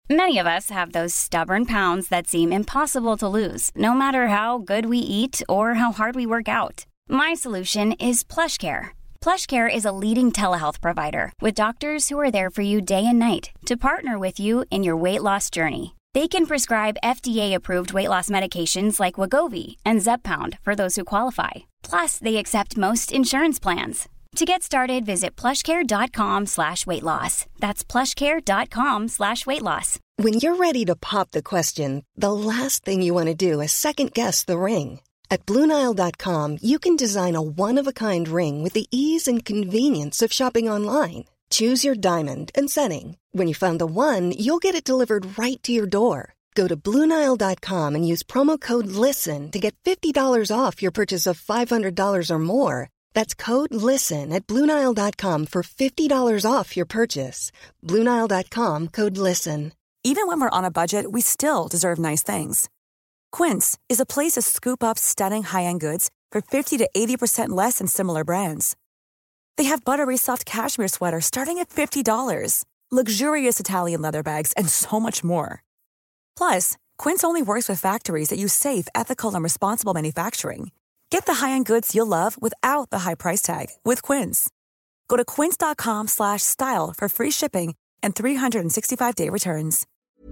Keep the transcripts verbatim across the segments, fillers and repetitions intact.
Many of us have those stubborn pounds that seem impossible to lose, no matter how good we eat or how hard we work out. My solution is PlushCare. PlushCare is a leading telehealth provider with doctors who are there for you day and night to partner with you in your weight loss journey. They can prescribe F D A-approved weight loss medications like Wegovy and Zepbound for those who qualify. Plus, they accept most insurance plans. To get started, visit plushcare.com slash weight loss. That's plushcare.com slash weight loss. When you're ready to pop the question, the last thing you want to do is second-guess the ring. At Blue Nile dot com, you can design a one-of-a-kind ring with the ease and convenience of shopping online. Choose your diamond and setting. When you find the one, you'll get it delivered right to your door. Go to Blue Nile dot com and use promo code LISTEN to get fifty dollars off your purchase of five hundred dollars or more. That's code LISTEN at Blue Nile dot com for fifty dollars off your purchase. Blue Nile dot com, code LISTEN. Even when we're on a budget, we still deserve nice things. Quince is a place to scoop up stunning high-end goods for fifty to eighty percent less than similar brands. They have buttery soft cashmere sweaters starting at fifty dollars, luxurious Italian leather bags, and so much more. Plus, Quince only works with factories that use safe, ethical, and responsible manufacturing. Get the high-end goods you'll love without the high price tag with Quince. Go to quince.com slash style for free shipping and three sixty-five day returns.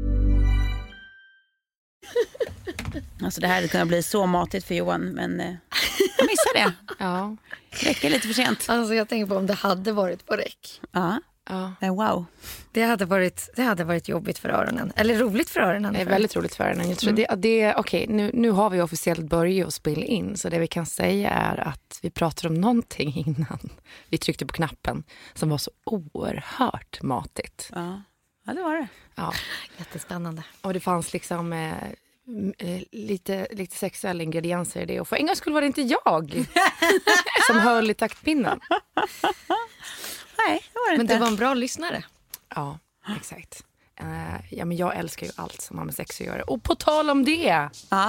Alltså det här hade kunnat bli så matigt för Johan, men eh, jag missade det. Ja. Räcker lite för sent. Alltså jag tänker på om det hade varit på räck. Ja. Ja. Wow. Det hade varit det hade varit jobbigt för öronen. Eller roligt för öronen. Det är väldigt roligt för öronen. Jag tror mm. det, det okej, nu nu har vi officiellt börjat att spela in, så det vi kan säga är att vi pratade om någonting innan vi tryckte på knappen som var så oerhört matigt. Ja. Ja, det var det. Ja, jättespännande. Och det fanns liksom eh, lite lite sexuella ingredienser i det, och för en gång skulle var det inte jag som höll i taktpinnen. Nej, det var det men inte. det var en bra lyssnare. Ja, exakt. Uh, ja, men jag älskar ju allt som har med sex att göra. Och på tal om det. Ja.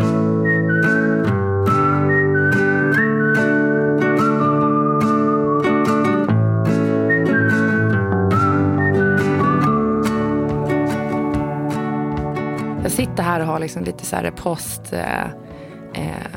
Jag sitter här och har liksom lite så här post eh, eh,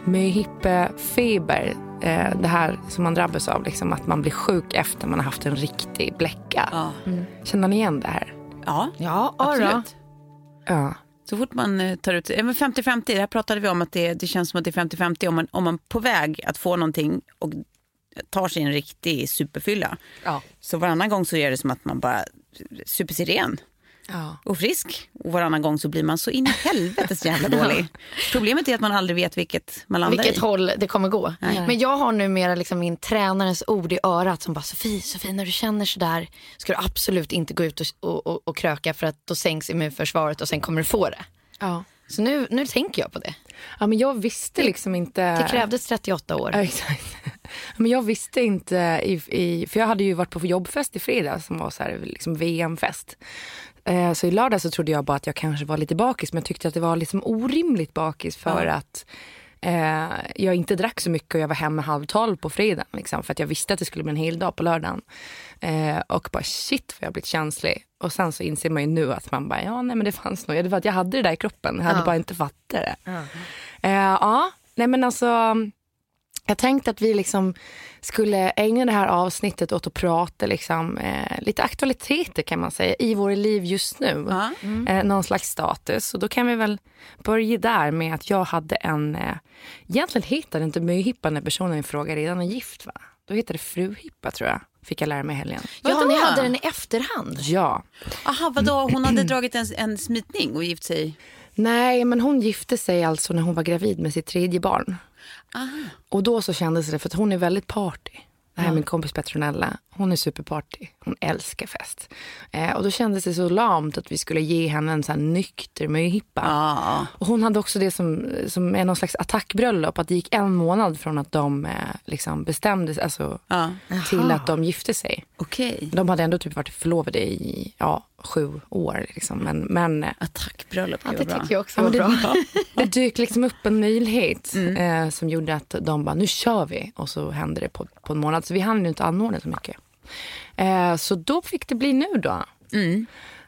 möhippe-feber. Eh, det här som man drabbas av, liksom, att man blir sjuk efter man har haft en riktig bläcka. Ja. Mm. Känner ni igen det här? Ja, ja absolut. Ja. Så fort man tar ut femtio femtio, det här pratade vi om, att det, det känns som att det är femtio femtio om man, om man på väg att få någonting och tar sig en riktig superfylla. Ja. Så varannan gång så är det som att man bara super sig ren. Ja. Och frisk. Och varannan gång så blir man så in i helvetes jävla dålig. Problemet är att man aldrig vet vilket man landar vilket i. håll det kommer gå. Nej. Men jag har numera liksom min tränarens ord i örat som bara, Sofie, Sofie, när du känner så där ska du absolut inte gå ut och, och, och, och kröka, för att då sänks immunförsvaret och sen kommer du få det. Ja. Så nu, nu tänker jag på det. Ja, men jag visste liksom inte... Det krävdes trettioåtta år. Ja, exakt. Men jag visste inte, i, i, för jag hade ju varit på jobbfest i fredag som var så här, liksom V M-fest. Eh, så i lördag så trodde jag bara att jag kanske var lite bakis, men jag tyckte att det var liksom orimligt bakis för ja. att eh, jag inte drack så mycket och jag var hemma halv tolv på fredag liksom, för att jag visste att det skulle bli en hel dag på lördagen. Eh, och bara shit, för jag har blivit känslig. Och sen så inser man ju nu att man bara, ja nej men det fanns nog, det var att jag hade det där i kroppen, jag hade ja. bara inte fattat det. Ja. Eh, ja, nej men alltså... Jag tänkte att vi liksom skulle ägna det här avsnittet åt att prata liksom, eh, lite aktualiteter kan man säga i våra liv just nu. Mm. Eh, någon slags status. Och då kan vi väl börja där med att jag hade en... Eh, egentligen hittade inte möhippa när personen i fråga redan är gift, va? Då hittade det fruhippa, tror jag. Fick jag lära mig i helgen. Ja, vadå? Ni hade den i efterhand? Ja. Aha, vadå? Hon hade dragit en, en smitning och gift sig? Nej, men hon gifte sig alltså när hon var gravid med sitt tredje barn. Aha. Och då så kändes det, för att hon är väldigt party. Det här är min kompis Petronella. Hon är superparty. Hon älskar fest. Eh, och då kändes det så lamt att vi skulle ge henne en sån här nykter möhippa. Ah. Och hon hade också det som, som är någon slags attackbröllop. Att det gick en månad från att de eh, liksom bestämdes alltså, ah. till att de gifte sig. Okay. De hade ändå typ varit förlovade i ja, sju år. Liksom. Men, men, attackbröllop, ja, det bra. tycker jag också var ja, bra. Det, det dök liksom upp en möjlighet mm. eh, som gjorde att de bara, nu kör vi. Och så hände det på, på en månad. Så vi hann ju inte anordna så mycket. Eh, så då fick det bli nu då. Mm.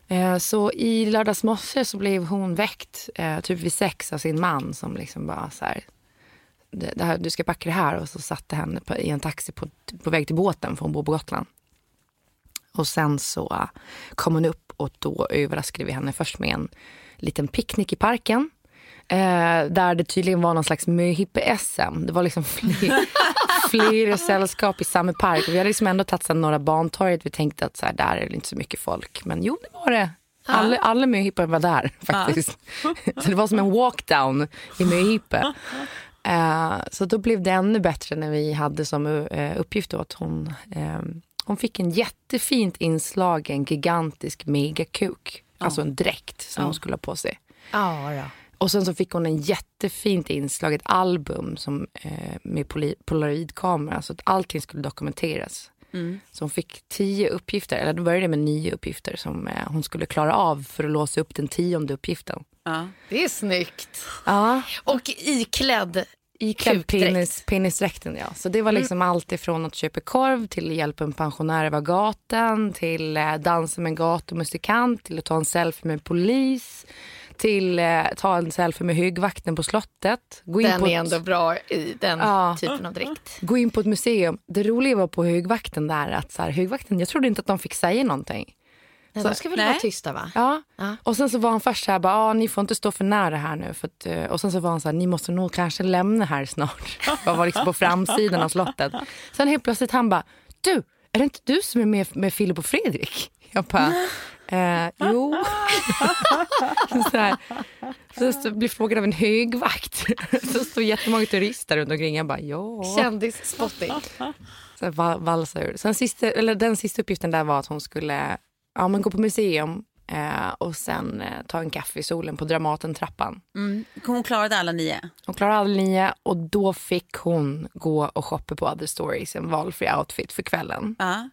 Eh, så i lördags morse så blev hon väckt eh, typ vid sex av sin man som liksom bara så här, det, det här, du ska packa det här, och så satte henne på, i en taxi på, på väg till båten för hon bor på Gotland. Och sen så kom hon upp och då överraskade vi henne först med en liten picknick i parken. Eh, där det tydligen var någon slags möhippe-S M. Det var liksom fler, flera sällskap i samma park. Och vi hade liksom ändå tagit sen några barntorget. Vi tänkte att så här, där är det inte så mycket folk. Men jo, det var det. Alla, alla möhippor var där faktiskt. Så det var som en walkdown i möhippe. Eh, så då blev det ännu bättre när vi hade som uh, uppgift då att hon... Uh, Hon fick en jättefint inslag, en gigantisk megakuk. Ja. Alltså en dräkt som ja. hon skulle ha på sig. Ja, ja. Och sen så fick hon en jättefint inslag, ett album som, eh, med poli- polaroidkamera. Så att allting skulle dokumenteras. Mm. Så hon fick tio uppgifter, eller då började det med nio uppgifter som eh, hon skulle klara av för att låsa upp den tionde uppgiften. Ja. Det är snyggt. Ja. Och iklädd... I penis, penisdräkten, ja. Så det var liksom mm. allt ifrån att köpa korv till hjälpa en pensionär över gatan, till eh, dansa med en gatumusikant, till att ta en selfie med polis, till eh, ta en selfie med högvakten på slottet. Gå in den på är ett, ändå bra i den ja, typen av dräkt. Gå in på ett museum. Det roliga var på högvakten där att så här, högvakten, jag trodde inte att de fick säga någonting. Nej, så, de ska väl nej. vara tysta, va? Ja. ja, och sen så var han först så här, bara, ah, ni får inte stå för nära här nu. För att, och sen så var han så här, ni måste nog kanske lämna här snart. Jag var liksom på framsidan av slottet. Sen helt plötsligt han bara, du, är det inte du som är med, med Filip och Fredrik? Jag bara, eh, jo. så här, så blir frågan av en högvakt. Så står jättemånga turister runt omkring. Jag bara, ja. Kändisspotting. Så val, valsa ur. Sen sista, eller den sista uppgiften där var att hon skulle... Ja, men gå på museum eh, och sen eh, ta en kaffe i solen på Dramaten-trappan. Mm. Hon klarade alla nio. Hon klarade alla nio och då fick hon gå och shoppa på Other Stories, en valfri outfit för kvällen. Uh.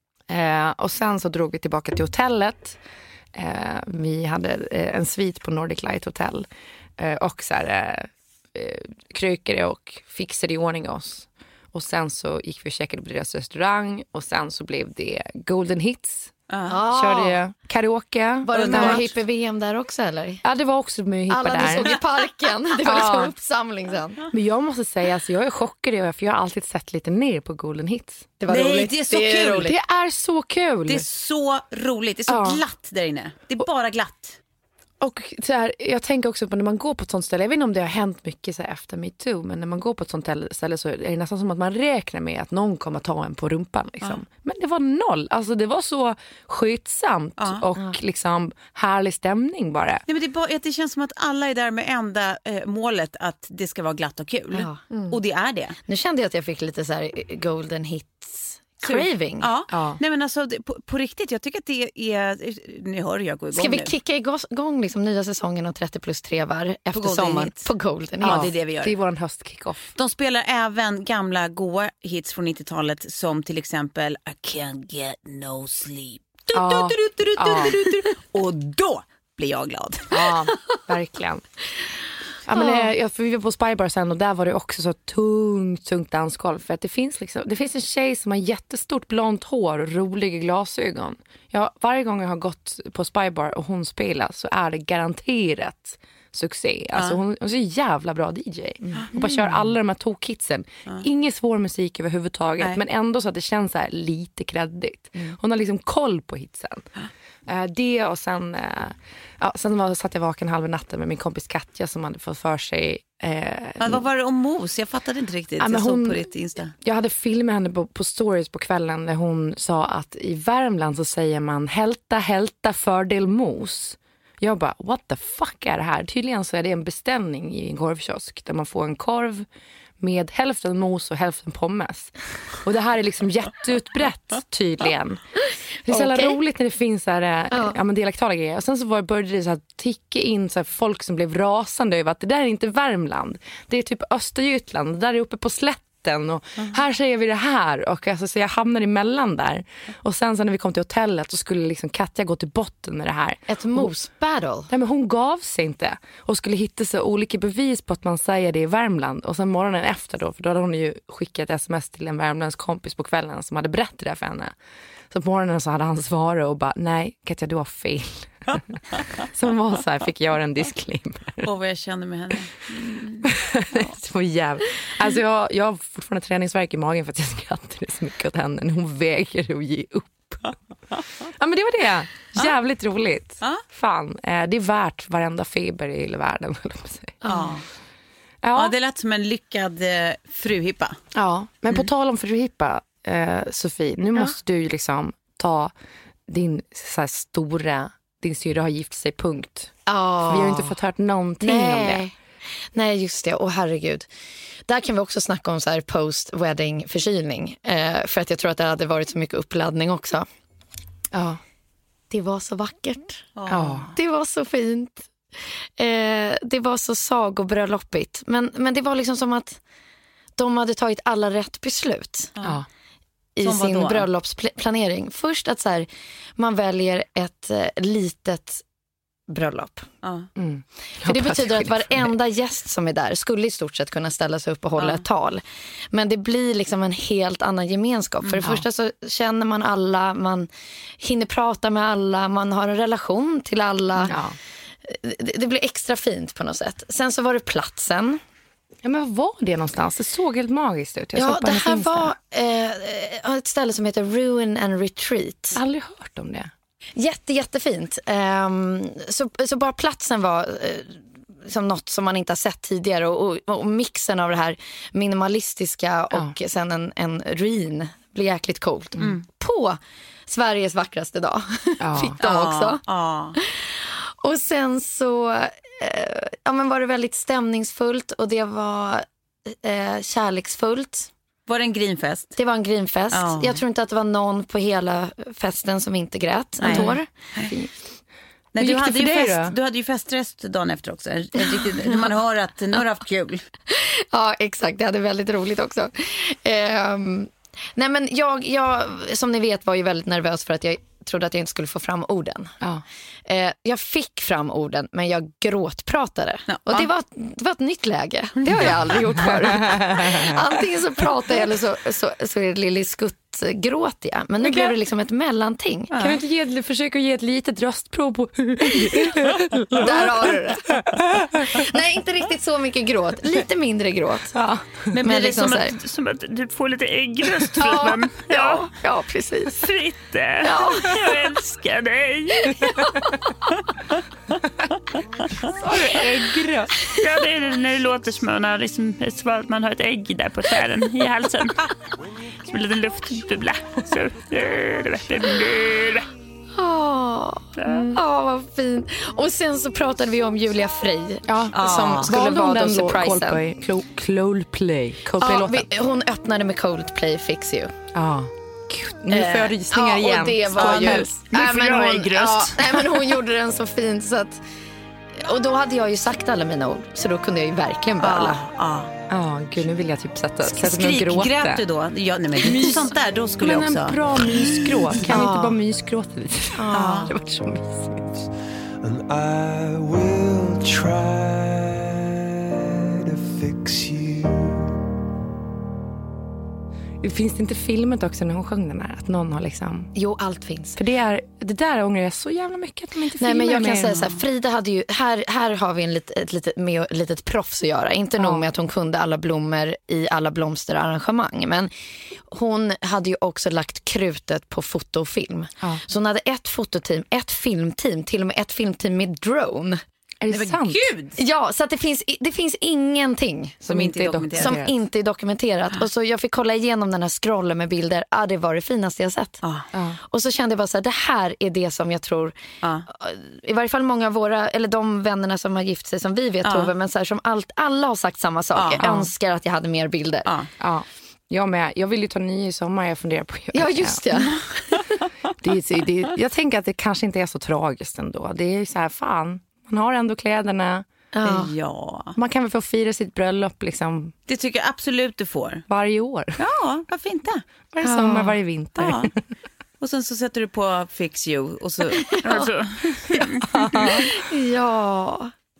Eh, och sen så drog vi tillbaka till hotellet. Eh, vi hade eh, en svit på Nordic Light Hotel eh, och så här, eh, krökade och fixade i ordning oss. Och sen så gick vi och käkade på deras restaurang och sen så blev det Golden Hits. Uh. Körde jag karaoke. Var det några hippe-V M där också, eller? Ja, det var också med hippa där. Alla ni såg i parken. Det var liksom ja. uppsamling sen. Men jag måste säga, alltså, jag är chockad över, för jag har alltid sett lite ner på Golden Hits. Det var Nej, roligt. det är så det är kul. Roligt. Det är så kul. Det är så roligt. Det är så ja. glatt där inne. Det är bara glatt. Och så här, jag tänker också på när man går på ett sånt ställe, jag vet inte om det har hänt mycket så här efter Me Too, men när man går på ett sånt ställe så är det nästan som att man räknar med att någon kommer ta en på rumpan liksom. Ja. Men det var noll, alltså det var så skötsamt ja. och ja. liksom härlig stämning bara. Nej, men det, är bara, det känns som att alla är där med enda eh, målet att det ska vara glatt och kul. Ja. Mm. Och det är det. Nu kände jag att jag fick lite så här Golden Hits craving. Ja. ja. Nej men alltså på, på riktigt, jag tycker att det är, ni hör jag går igång. Ska vi nu. kicka igång liksom nya säsongen och trettio plus tre var efter Golden sommaren Hits. på Golden Hits? Ja, det är det vi gör. Det är vår höstkickoff. De spelar även gamla goa hits från nittiotalet som till exempel I can't get no sleep. Ja. Ja. Och då blir jag glad. Ja, verkligen. Ja, men, jag, för vi var på Spybar sen och där var det också så tungt, tungt dansgolv. För att det finns, liksom, det finns en tjej som har jättestort blont hår och roliga glasögon. Jag, varje gång jag har gått på Spybar och hon spelar så är det garanterat succé. Alltså, uh. hon, hon är så jävla bra D J. Mm. Hon bara kör alla de här tokhitsen. Uh. Ingen svår musik överhuvudtaget. Nej. Men ändå så att det känns så här lite kreddigt. Mm. Hon har liksom koll på hitsen. Uh. Uh, det och sen... Uh, Ja, sen var, satt jag vaken halva natten med min kompis Katja som hade fått för sig... Eh, ja, vad var det om Mos? Jag fattade inte riktigt. Ja, jag hon, såg på ditt Insta. Jag hade filmat henne på, på stories på kvällen där hon sa att i Värmland så säger man hälta, hälta, fördel mos. Jag bara, what the fuck är det här? Tydligen så är det en beställning i en korvkiosk där man får en korv med hälften mos och hälften pommes. Och det här är liksom jätteutbrett tydligen. Det är så okay. roligt när det finns så här, ja. Ja, men dialektala grejer. Och sen så var, började det så här ticka in så här folk som blev rasande över att det där är inte Värmland. Det är typ Östergötland. Det där är uppe på slätt. Och mm. här säger vi det här. Och alltså, så jag hamnade emellan där. Och sen så när vi kom till hotellet så skulle liksom Katja gå till botten med det här. Ett mos-battle. Nej, men hon gav sig inte. Och skulle hitta så olika bevis på att man säger det i Värmland. Och sen morgonen efter då, för då hade hon ju skickat ett sms till en Värmlands kompis på kvällen som hade berättat det för henne. Så på morgonen så hade han svarat och bara, nej Katja, du har fel. Som var så här, fick göra en disclaimer. Åh, vad jag känner med henne. Mm. Ja. Så jävligt. Alltså jag, jag har fortfarande träningsvärk i magen för att jag skrattade så mycket åt henne. Hon vägrar att ge upp. Ja, men det var det. Jävligt ah. roligt. Ah. Fan, eh, det är värt varenda fiber i hela världen. Ja. Ja. Ja, det lät som en lyckad eh, fruhippa. Ja, men mm. på tal om fruhippa, eh, Sofie, nu ja. måste du ju liksom ta din så här, stora, din syrra har gift sig, punkt. Ja. För vi har ju inte fått hört någonting Nej. om det. Nej, just det. Åh, herregud. Där kan vi också snacka om så här post-wedding förkylning. Eh, för att jag tror att det hade varit så mycket uppladdning också. Ja. Det var så vackert. Ja. Det var så fint. Eh, det var så sagobröllopigt. Men, men det var liksom som att de hade tagit alla rätt beslut. Ja. I som sin bröllopsplanering. Först att så här, man väljer ett eh, litet bröllop. Ja. Mm. För det betyder att varenda gäst som är där skulle i stort sett kunna ställa sig upp och hålla ja. ett tal. Men det blir liksom en helt annan gemenskap. För det ja. första så känner man alla, man hinner prata med alla, man har en relation till alla. Ja. Det, det blir extra fint på något sätt. Sen så var det platsen. Ja, men vad var det någonstans? Det såg helt magiskt ut. Jag ja, det här var eh, ett ställe som heter Ruin and Retreat. Jag har aldrig hört om det. Jätte, jättefint. Um, så, så bara platsen var uh, som något som man inte har sett tidigare. Och, och, och mixen av det här minimalistiska och ja. sen en, en ruin blir jäkligt coolt. Mm. På Sveriges vackraste dag ja. fick de också. Ja. Och sen så uh, ja, men var det väldigt stämningsfullt och det var uh, kärleksfullt. Var det en grinfest? Det var en grinfest. Oh. Jag tror inte att det var någon på hela festen som inte grät en tår. Nej. Nej, du, hade ju fest, du hade ju festrest dagen efter också. Riktigt, man hör att nu har du haft kul. Ja, exakt. Det hade väldigt roligt också. Um, nej, men jag, jag, som ni vet, var ju väldigt nervös för att jag trodde att jag inte skulle få fram orden. Ja. Eh, jag fick fram orden, men jag gråtpratade. Ja. Och det var, det var ett nytt läge. Det har jag aldrig gjort förut. Antingen så pratar jag eller så, så, så är det lille skuttgråtiga. Men nu okay. blev det liksom ett mellanting. Ja. Kan du inte ge, försöka ge ett litet röstprov på... Där har du det. Nej, inte riktigt så mycket gråt. Lite mindre gråt. Ja. Men, men blir det liksom som, att, som att du får lite äggröst? För ja, man, ja. Ja, ja, precis. Fritte, ja. Jag älskar dig. Sa du äggröst? Ja, det är det när det låter som man, liksom, som att man har ett ägg där på tvären i halsen. Som en liten luftbubbla. Så, Åh, mm. oh, vad fint. Och sen så pratade vi om Julia Frey ja. som ah. skulle vara den surprisen. Coldplay. Coldplay ja, hon öppnade med Coldplay Fix You. Ja. Nu får jag rysningar ja, igen. Och det var ju, nu får jag äggröst. Ja, nej, men hon gjorde den så fint så att, och då hade jag ju sagt alla mina ord. Så då kunde jag ju verkligen böla. Ja, ah, ah. gud, nu vill jag typ sätta, sätta mig och gråta. Skrik, grät du då? Ja, nej, men mys. Sånt där, då skulle men jag också. En bra mysgråt. Kan vi inte bara mysgråta lite? Ja. Det var så mysigt. And I will try to fix you. Finns det inte filmet också när hon sjöng den här? Att någon har liksom... Jo, allt finns. För det, är, det där ångrar jag så jävla mycket att de inte Nej, filmar. men jag kan med säga så här, Frida hade ju... Här, här har vi en lit, ett litet, med, litet proffs att göra. Inte ja. nog med att hon kunde alla blommor i alla blomsterarrangemang. Men hon hade ju också lagt krutet på foto och film. Ja. Så hon hade ett fototeam, ett filmteam, till och med ett filmteam med drone. Är det, det sant? Gud! Ja, så att det finns, det finns ingenting som, som inte är dokumenterat. Som inte är dokumenterat. Och så jag fick kolla igenom den här scrollen med bilder. Ja, ah, det var det finaste jag sett. Ah. Ah. Och så kände jag bara så här, det här är det som jag tror, ah. i varje fall många av våra, eller de vännerna som har gift sig som vi vet, ah. Tove, men så här, som allt, alla har sagt samma sak. Ah. Jag ah. önskar att jag hade mer bilder. Ah. Ah. Jag med. Jag vill ju ta nio i sommar, jag funderar på att göra. Ja, just det. det, är, det är, jag tänker att det kanske inte är så tragiskt ändå. Det är så här, fan. Man har ändå kläderna. Ja. ja. Man kan väl få fira sitt bröllop liksom. Det tycker jag absolut du får. Varje år. Ja, varför inte? Varje ja. sommar, varje vinter. Ja. Och sen så sätter du på Fix You. Och så, alltså. ja. ja.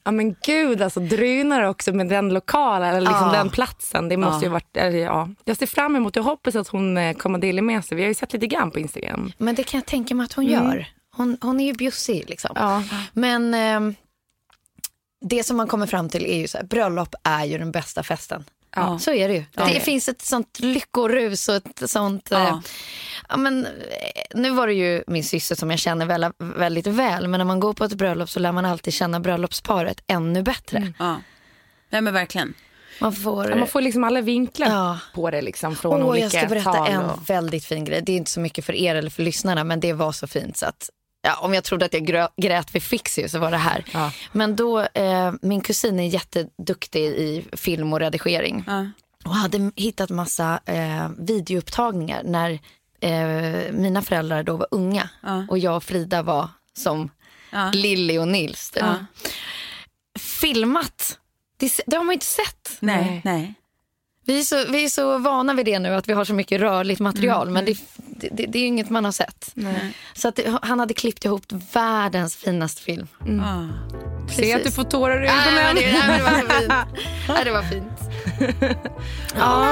Ja men gud, alltså Drynar också med den lokala eller liksom Ja. den platsen. Det måste Ja. ju varit, eller, ja. Jag ser fram emot, jag hoppas att hon eh, kommer dela med sig. Vi har ju sett lite grann på Instagram. Men det kan jag tänka mig att hon Mm. gör. Hon, hon är ju bjussig liksom. Ja. Men eh, det som man kommer fram till är ju så här, bröllop är ju den bästa festen. Ja. Så är det ju. Ja. Det finns ett sånt lyckorus och ett sånt... Ja. Eh, ja, men, eh, nu var det ju min syster som jag känner väl, väldigt väl. Men när man går på ett bröllop så lär man alltid känna bröllopsparet ännu bättre. Ja. Nej men verkligen. Man får... Ja, man får liksom alla vinklar Ja. på det liksom från Åh, olika jag ska berätta tal. en Och... väldigt fin grej. Det är inte så mycket för er eller för lyssnarna, men det var så fint så att ja, om jag trodde att jag grö- grät vid Fixie så var det här. Ja. Men då, eh, min kusin är jätteduktig i film och redigering. Ja. Och hade hittat massa eh, videoupptagningar när eh, mina föräldrar då var unga. Ja. Och jag och Frida var som Ja. Lilly och Nils. Ja. Filmat. Det, det har man inte sett. Nej, nej. Vi är, så, vi är så vana vid det nu att vi har så mycket rörligt material. Men det, det, det, det är ju inget man har sett. Nej. Så att det, han hade klippt ihop världens finaste film. Ja. Se att du får tårar i Nej, ögonen. men det, nej, men det var så fint. Nej, det var fint. Ja.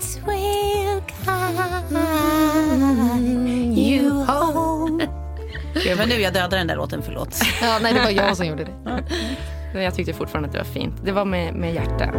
You home. Det var nu jag dödade den där låten, förlåt. Ja, nej, det var jag som gjorde det. Men jag tyckte fortfarande att det var fint. Det var med, med hjärta.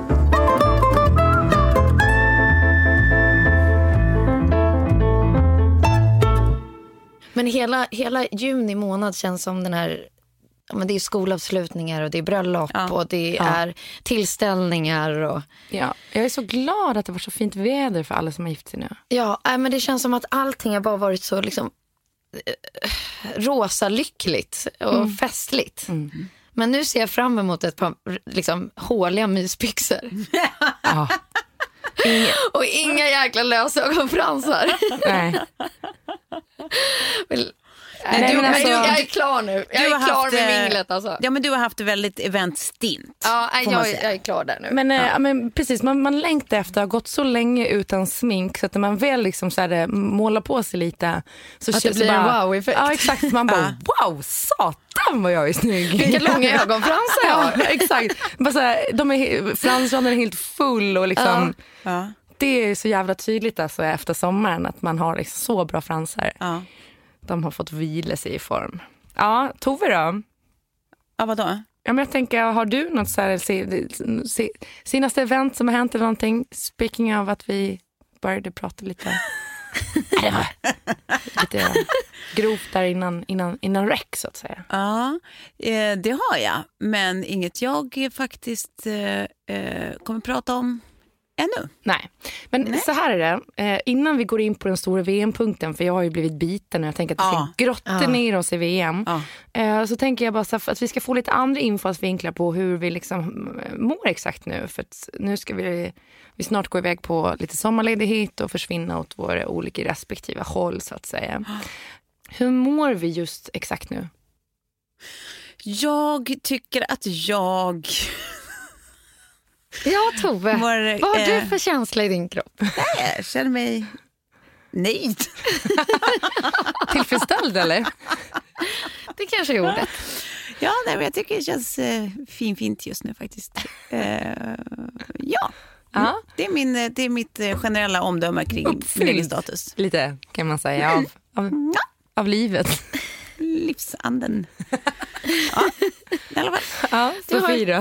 Men hela, hela juni månad känns som den här... Ja, men det är skolavslutningar och det är bröllop Ja. och det Ja. är tillställningar. Och, Ja, jag är så glad att det var så fint väder för alla som har gift sig nu. ja, nej, men det känns som att allting har bara varit så liksom eh, rosa lyckligt och festligt. Mm. Men nu ser jag fram emot ett par liksom håliga mysbyxor. Ja. Och inga jäkla lösögonfransar. Nej. Väl, Nej, nej, men jag, alltså- jag är klar nu. Jag Du är har klar haft, med eh, minglet alltså. Ja men du har haft väldigt eventstint. Ja, nej, får man jag, säga. jag är klar där nu. Men, eh, ja, men precis, man, man längtar efter att ha gått så länge utan smink så att när man väl liksom så här, eh, målar på sig lite så Att det känns blir en bara, wow-effekt. Ja, exakt. Man bara, wow, satan vad jag är snygg. Vilka långa ögonfransar jag har. Ja, exakt. Bara så här, de är, fransraden är helt full och liksom, Ja. det är så jävla tydligt alltså, efter sommaren att man har liksom så bra fransar. Ja. De har fått vila sig i form. Ja, Tove då? Ja, vadå? Ja, men jag tänker, har du något så här, se, se, senaste event som har hänt eller någonting? Speaking av att vi började prata lite, det var lite grovt där innan, innan, innan rec så att säga. Ja, eh, det har jag. Men inget jag faktiskt eh, eh, kommer prata om ännu. Nej, men Nej. så här är det. Eh, innan vi går in på den stora V M-punkten, för jag har ju blivit biten och jag tänker att vi ska Ja. grotta Ja. ner oss i V M. Ja. Eh, så tänker jag bara så här, att vi ska få lite andra infallsvinklar på hur vi liksom mår exakt nu. För att nu ska vi, vi snart gå iväg på lite sommarledighet och försvinna åt våra olika respektiva håll så att säga. Hur mår vi just exakt nu? Jag tycker att jag... Ja, Tove. Var, Vad har eh, du för känsla i din kropp? Jag känner mig nöjd. Tillfredsställd eller? Det kanske är ordet. Ja, nej, men jag tycker det känns eh, fin, fint just nu faktiskt. Eh, ja, Ja. det är, min, eh, det är mitt eh, generella omdöme kring Uppfylld. min egen status. Lite kan man säga av, av, av livet. Livsanden. Ja, i alla fall. Ja, Sofie då?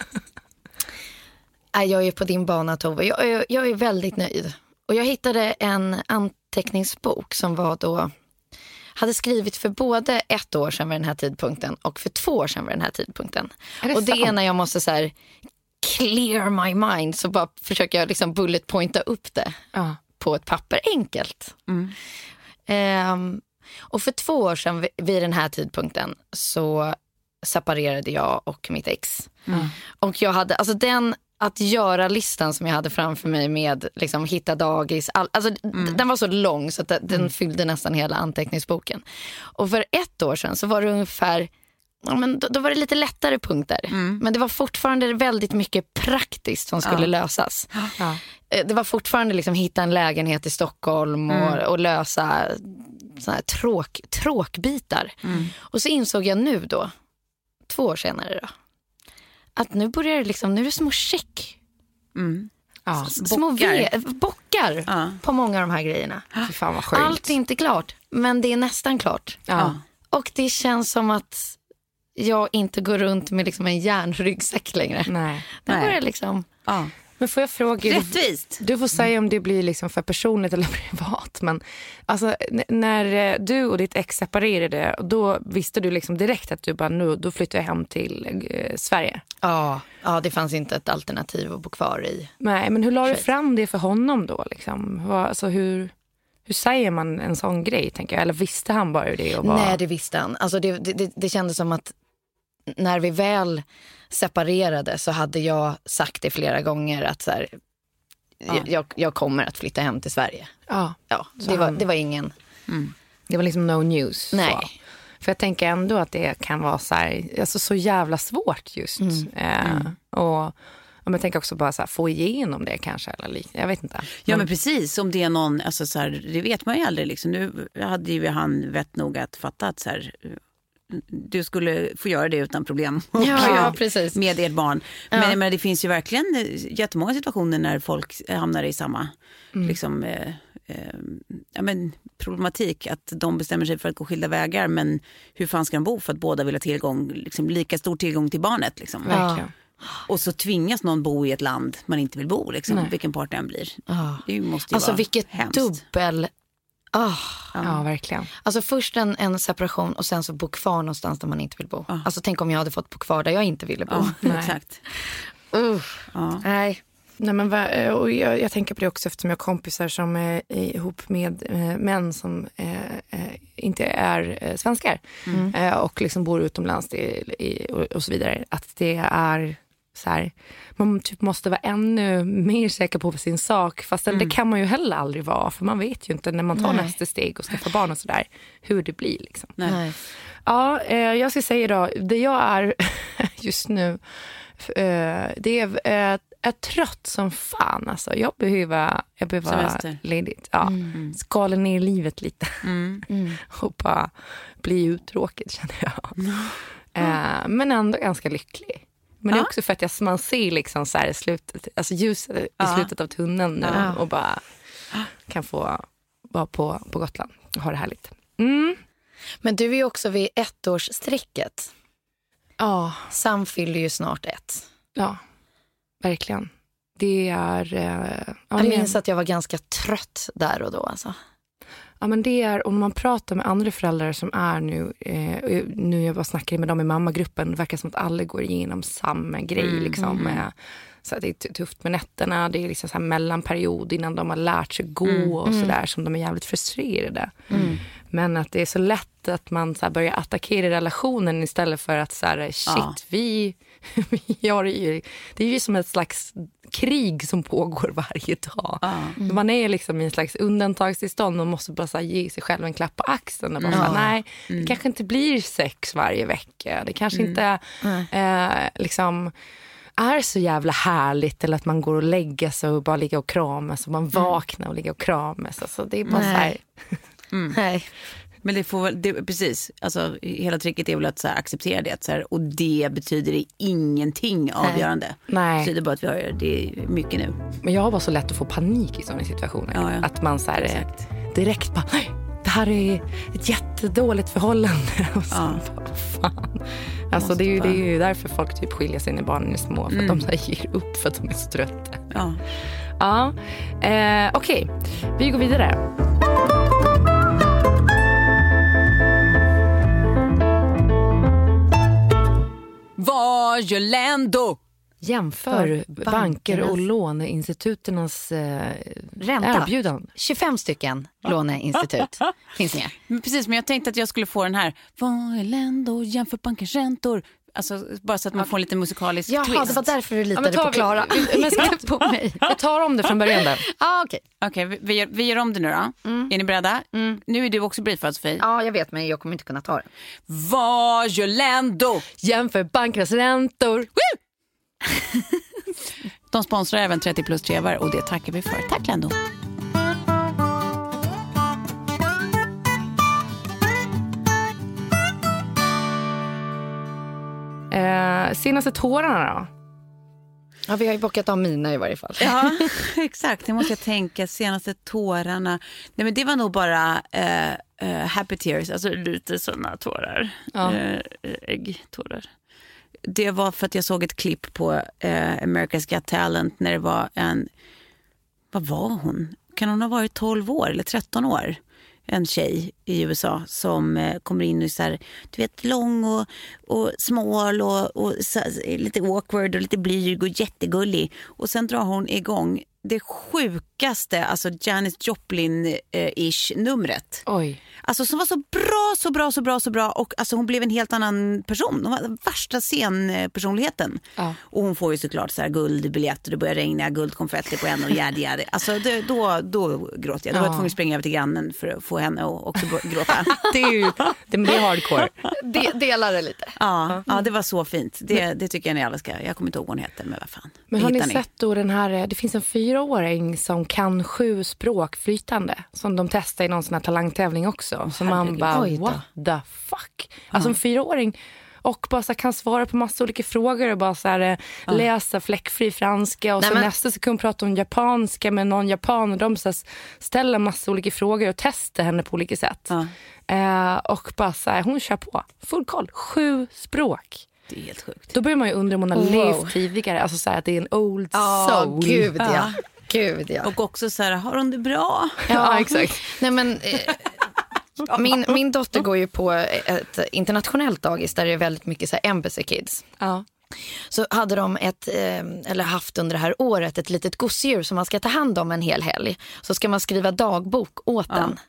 Nej, jag är på din bana, Tove. Jag, jag, jag är väldigt nöjd. Och jag hittade en anteckningsbok som var då... hade skrivit för både ett år sedan vid den här tidpunkten och för två år sedan vid den här tidpunkten. Är det och det är sant? när jag måste så här clear my mind, så bara försöker jag liksom bullet pointa upp det Ja. på ett papper, enkelt. Ehm, och för två år sedan vid, vid den här tidpunkten så separerade jag och mitt ex. Och jag hade, alltså den att göra listan som jag hade framför mig med liksom hitta dagis, all, alltså d- den var så lång så att den, den fyllde nästan hela anteckningsboken. Och för ett år sedan så var det ungefär, ja, men då, då var det lite lättare punkter. Men det var fortfarande väldigt mycket praktiskt som skulle lösas. Ja. Eh, Det var fortfarande liksom hitta en lägenhet i Stockholm och, och lösa såna här tråk, tråkbitar. Och så insåg jag nu då, två år senare då, att nu börjar det liksom, nu är det små check. Mm. Ja. Små Bockar. V, bockar Ja. på många av de här grejerna. Fy fan vad sjukt. Allt är inte klart, men det är nästan klart. Ja. Och det känns som att jag inte går runt med liksom en järnryggsäck längre. Nej. Det Nej. börjar liksom... Ja. Men får jag fråga, Rättvist. du får säga om det blir liksom för personligt eller privat, men alltså n- när eh, du och ditt ex separerade, då visste du liksom direkt att du bara nu, då flyttar jag hem till eh, Sverige. Ja, ja, det fanns inte ett alternativ att bo kvar i. Nej, men hur la du Schweiz. fram det för honom då liksom? Vad, alltså hur, hur säger man en sån grej, tänker jag? Eller visste han bara det? Och bara... Nej, det visste han. Alltså det, det, det, det kändes som att när vi väl separerade så hade jag sagt det flera gånger att så här, Ja. jag, jag kommer att flytta hem till Sverige. Ja, Ja, Så det var, han- det var ingen... det var liksom no news. Nej. Så. För jag tänker ändå att det kan vara så här, alltså så jävla svårt just. Mm. Eh, och om jag tänker också bara så här, få igenom det kanske. Eller lik- jag vet inte. Ja men precis, om det är någon, alltså så här, det vet man ju aldrig liksom. Nu hade ju han vett nog att fatta att så här, du skulle få göra det utan problem. Och, Ja, eh, precis. Med ert barn. Men, men det finns ju verkligen jättemånga situationer när folk hamnar i samma liksom, eh, eh, ja, men, problematik. Att de bestämmer sig för att gå skilda vägar. Men hur fan ska de bo för att båda vill ha tillgång, liksom, lika stor tillgång till barnet? Liksom. Verkligen. Och så tvingas någon bo i ett land man inte vill bo. Liksom, Nej. vilken part den blir. Ja. Det måste ju Alltså vara vilket hemskt. dubbel... Ah. Ja, verkligen. Alltså först en, en separation och sen så bo kvar någonstans där man inte vill bo. Ja. Alltså tänk om jag hade fått bo kvar där jag inte ville bo. Ja, Nej. exakt. Uh. Ja. Nej. Nej, men va- och jag, jag tänker på det också eftersom jag har kompisar som är ihop med eh, män som eh, eh, inte är eh, svenskar Mm. eh, och liksom bor utomlands i, i, och, och så vidare. Att det är så här, man typ måste vara ännu mer säker på sin sak, fast det kan man ju heller aldrig vara, för man vet ju inte när man tar Nej. nästa steg och skaffar barn och sådär hur det blir liksom. Nej. Nej. Ja, eh, jag ska säga då, det jag är just nu, eh, det är, eh, är trött som fan. Alltså. Jag behöver, jag behöver Semester. ledigt. Ja. Mm. Skala ner livet lite Mm. Mm. och bara bli uttråkad, känner jag. Eh, men ändå ganska lycklig. Men det är Ja. också för att jag, man ser liksom så här slutet, alltså ljuset i Ja. slutet av tunneln nu Ja. och bara kan få vara på, på Gotland och ha det härligt. Mm. Men du är ju också vid ettårsstrecket. Ja. Sam fyller ju snart ett. Ja, verkligen. Det är... Eh, ja, Jag det är minns att jag var ganska trött där och då. Alltså. ja, men det är, om man pratar med andra föräldrar som är nu, eh, nu jag bara snackar med dem i mammagruppen, det verkar som att alla går igenom samma grej. Mm, liksom, mm. eh, så att det är t- tufft med nätterna, det är liksom så här mellanperiod innan de har lärt sig gå Mm, och sådär, som de är jävligt frustrerade. Mm. Men att det är så lätt att man så här börjar attackera relationen istället för att så här, shit, Ja. vi, vi har ju, det är ju som ett slags krig som pågår varje dag. Ja. Man är liksom i en slags undantagstillstånd och måste bara så här, ge sig själv en klapp på axeln och bara Mm. så här, nej, Mm. det kanske inte blir sex varje vecka. Det kanske Mm. inte eh, liksom är så jävla härligt, eller att man går och lägger sig och bara ligger och kramas och man vaknar och ligger och kramas. Alltså, det är bara Nej. så här, Mm. Nej. Men det får väl, det, precis, alltså hela tricket är väl att så här, acceptera det, så här, och det betyder det ingenting avgörande. Det nej. betyder bara att vi har det är mycket nu. Men jag har bara så lätt att få panik i sådana situationer. Ja, ja. Att man så här, Exakt. direkt bara, nej, det här är ett jättedåligt förhållande. Och så Ja. bara, fan. Alltså Måste det är, ju, det vara. är ju därför folk typ skiljer sig när barnen är små. För Mm. att de så här ger upp för att de är så trötta. Ja. Ja, eh, okej. Vi går vidare. Vad gör Lendo? Jämför För banker och bankernas- låneinstituternas eh, Ränta. erbjudanden. tjugofem stycken låneinstitut finns med. Men precis, men jag tänkte att jag skulle få den här. Vad är Lendo? Jämför bankens räntor. Alltså bara så att man får en lite musikalisk Jaha, twist. det var därför du Ja, litade men tar på vi- Klara. vi- men ska- Inte på mig. Jag tar om det från början där. Ah, okej. Okej, vi, vi, gör, vi gör om det nu då. Är ni beredda? Nu är du också briefad, Sofie. Ja, jag vet, men jag kommer inte kunna ta det. Vad gör Lendo? Jämför bankernas räntor. De sponsrar även trettio plus trevar och det tackar vi för. Tack Lendo. Eh, senaste tårarna då? Ja, vi har ju bockat av mina i varje fall. Ja, exakt. Det måste jag tänka. Senaste tårarna. Nej, men det var nog bara eh, eh, happy tears. Alltså lite sådana tårar. Ja. Eh, äggtårar. Det var för att jag såg ett klipp på eh, America's Got Talent när det var en... Vad var hon? Kan hon ha varit tolv år eller tretton år? En tjej i U S A som eh, kommer in och så här, du vet, lång och, och smal och, och så, lite awkward och lite blyg och jättegullig. Och sen drar hon igång det sjukaste, alltså Janis Joplin-ish numret. Oj. Alltså som var så bra, så bra, så bra, så bra. Och alltså hon blev en helt annan person. Hon var den värsta scenpersonligheten. Ja. Och hon får ju såklart så här guldbiljetter. Det börjar regna guldkonfetter på henne och gärdigare. Alltså det, då, då gråter jag. Då var jag tvungen att springa över till grannen för att få henne att också gråta. Det är ju det, det är hardcore. De, delar det lite. Ja, ja, det var så fint. Det, det tycker jag ni alla ska. Jag kommer inte ihåg vad hon heter, men vad fan. Men har ni, ni sett då den här, det finns en fyraåring som kan sju språk flytande. Som de testar i någon sån här talangtävling också. Så man bara, what the fuck? Alltså en fyraåring och bara så kan svara på massa olika frågor och bara så här, ja. läsa fläckfri franska och Nej, så men... nästa sekund prata om japanska med någon japan och de så här, ställer massa olika frågor och testar henne på olika sätt. Ja. Eh, och bara så här, hon kör på. Full koll. Sju språk. Det är helt sjukt. Då börjar man ju undra om hon har wow. levt tidigare. Alltså så här, att det är en old oh, soul. Gud, ja. ja. Gud, ja. Och också så här, har hon det bra? Ja, ja exakt. Nej, men... Eh... Min, min dotter går ju på ett internationellt dagis där det är väldigt mycket så här embassy kids. Ja. Så hade de ett, eller haft under det här året ett litet gosedjur som man ska ta hand om en hel helg. Så ska man skriva dagbok åt ja. den.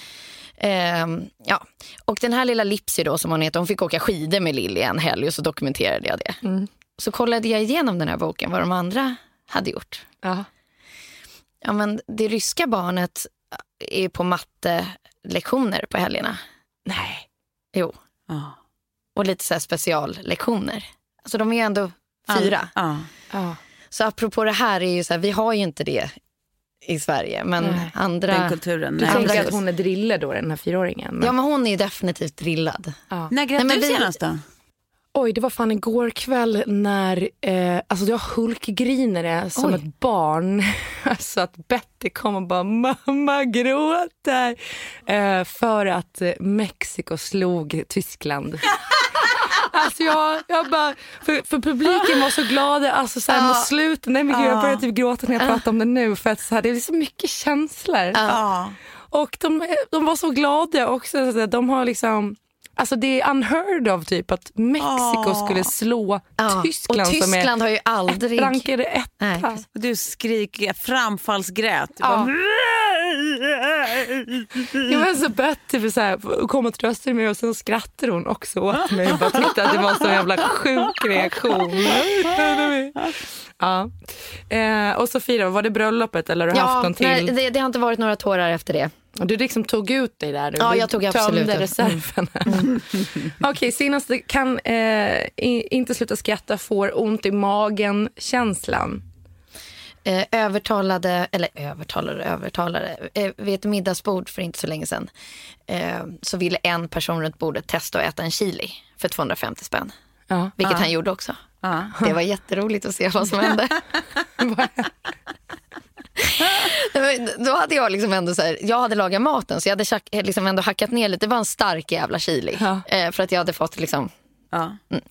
Ehm, ja. Och den här lilla Lipsy då som hon heter, hon fick åka skidor med Lilly en helg och så dokumenterade jag det. Mm. Så kollade jag igenom den här boken vad de andra hade gjort. Ja. Ja, men det ryska barnet är på matte lektioner på helgerna. Nej. Jo. Ah. Och lite så här speciallektioner. Alltså de är ju ändå fyra. Ah. Ah. Så apropå det här är ju så här, vi har ju inte det i Sverige. Men nej. andra... Den kulturen. Du nej. tänker att hon är drillad då, den här fyraåringen? Men... Ja, men hon är ju definitivt drillad. Ah. När grät du vi... senast då? Oj, det var fan igår kväll när, eh, alltså jag hulkgrinade som Oj. ett barn. Alltså att Betty kom och bara, mamma gråter. Eh, för att eh, Mexiko slog Tyskland. Alltså jag, jag bara, för, för publiken var så glad, alltså såhär mot slutet. Nej men gud, jag började typ gråta när jag pratar om det nu. För att så här, det är så mycket känslor. Ja. Och de, de var så glada också. Så de har liksom... Alltså det är unheard of typ att Mexiko oh. skulle slå oh. Tyskland. Och Tyskland som är har ju aldrig... rankade etta. Du skriker framfallsgrät. Du ja. bara... Jag var så Betty för så här, kom och tröstade mig och sen skrattade hon också åt mig och bara tyckte att det var så jävla sjuk reaktion. Ja. Eh, och Sofia, var det bröllopet eller har du ja, haft någon till? Nej, det, det har inte varit några tårar efter det. Du liksom tog ut dig där. Ja, jag tog absolut ut reserven. Mm. Okej, okay, senaste kan eh, inte sluta skratta, får ont i magen känslan. Eh, övertalade, eller övertalade, övertalade. Eh, vid ett middagsbord för inte så länge sedan eh, så ville en person runt bordet testa att äta en chili för tvåhundrafemtio spänn. Ja. Vilket ja. han gjorde också. Ja. Det var jätteroligt att se vad som hände. Då hade jag liksom ändå så här, jag hade lagat maten så jag hade liksom ändå hackat ner lite. Det var en stark jävla chili ja. eh, för att jag hade fått liksom ja. mm.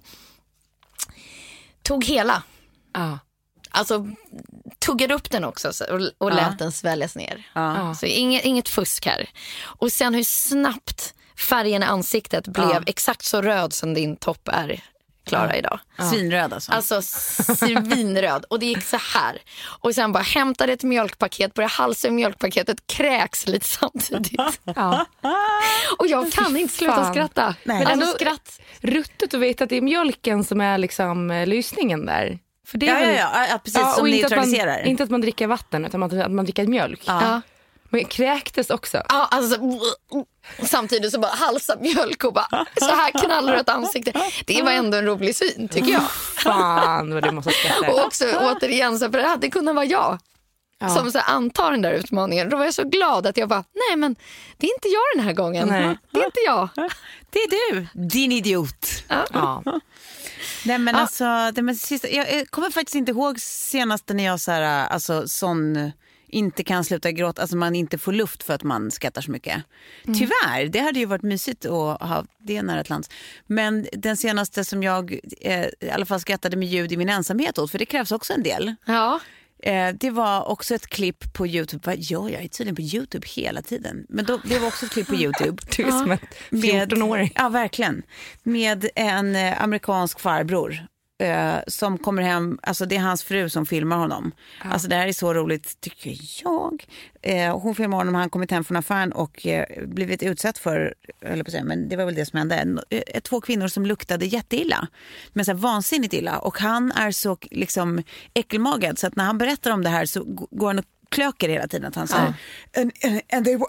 tog hela ja. Alltså tuggade upp den också så, och, och ja. lät den sväljas ner ja. Så inget, inget fusk här. Och sen hur snabbt färgen i ansiktet blev ja. exakt så röd som din topp är Klara idag. Ja. Svinröd alltså. Alltså svinröd. Och det gick så här. Och sen bara hämtade ett mjölkpaket, började halsa i mjölkpaketet, kräks lite samtidigt. Ja. Och jag kan inte sluta Fan. skratta. Nej. Men ändå skratt. Ruttet att veta att det är mjölken som är liksom eh, lysningen där. För det är ja, väl... ja, ja, ja, precis ja, som neutraliserar. Inte, inte att man dricker vatten utan att man, att man dricker mjölk. Ja. Ja. Men kräktes också. Ja, alltså samtidigt så bara halsa mjölk och bara så här knallar ett ansikte. Det var ändå en rolig syn, tycker jag. Fan vad du måste skratta. Och också återigen så för det hade kunnat vara jag. Ja. Som så antar den där utmaningen. Då var jag så glad att jag bara, nej men det är inte jag den här gången. Nej. Det är inte jag. Det är du, din idiot. Ja. Ja. Nej men Ja. alltså, det men sista, jag, jag kommer faktiskt inte ihåg senast när jag så här, alltså sån inte kan sluta gråta, alltså man inte får luft för att man skrattar så mycket. Mm. Tyvärr, det hade ju varit mysigt att ha det nära ett lands. Men den senaste som jag eh, i alla fall skrattade med ljud i min ensamhet åt, för det krävs också en del. Ja. Eh, det var också ett klipp på YouTube. Vad gör jag? Jag är tydligen på YouTube hela tiden. Men då, det var också ett klipp på YouTube. Du är som en fjorton-åring. Ja, verkligen. Med en eh, amerikansk farbror. Eh, som kommer hem, alltså det är hans fru som filmar honom. Ja. Alltså det här är så roligt tycker jag. Eh, hon filmar honom, han kommit hem från affären och eh, blivit utsatt för, eller på säga, men det var väl det som hände. Eh, två kvinnor som luktade jätteilla, men så här vansinnigt illa. Och han är så liksom äckelmagad så att när han berättar om det här så går han och klöker hela tiden att han säger ja. and, and, and they were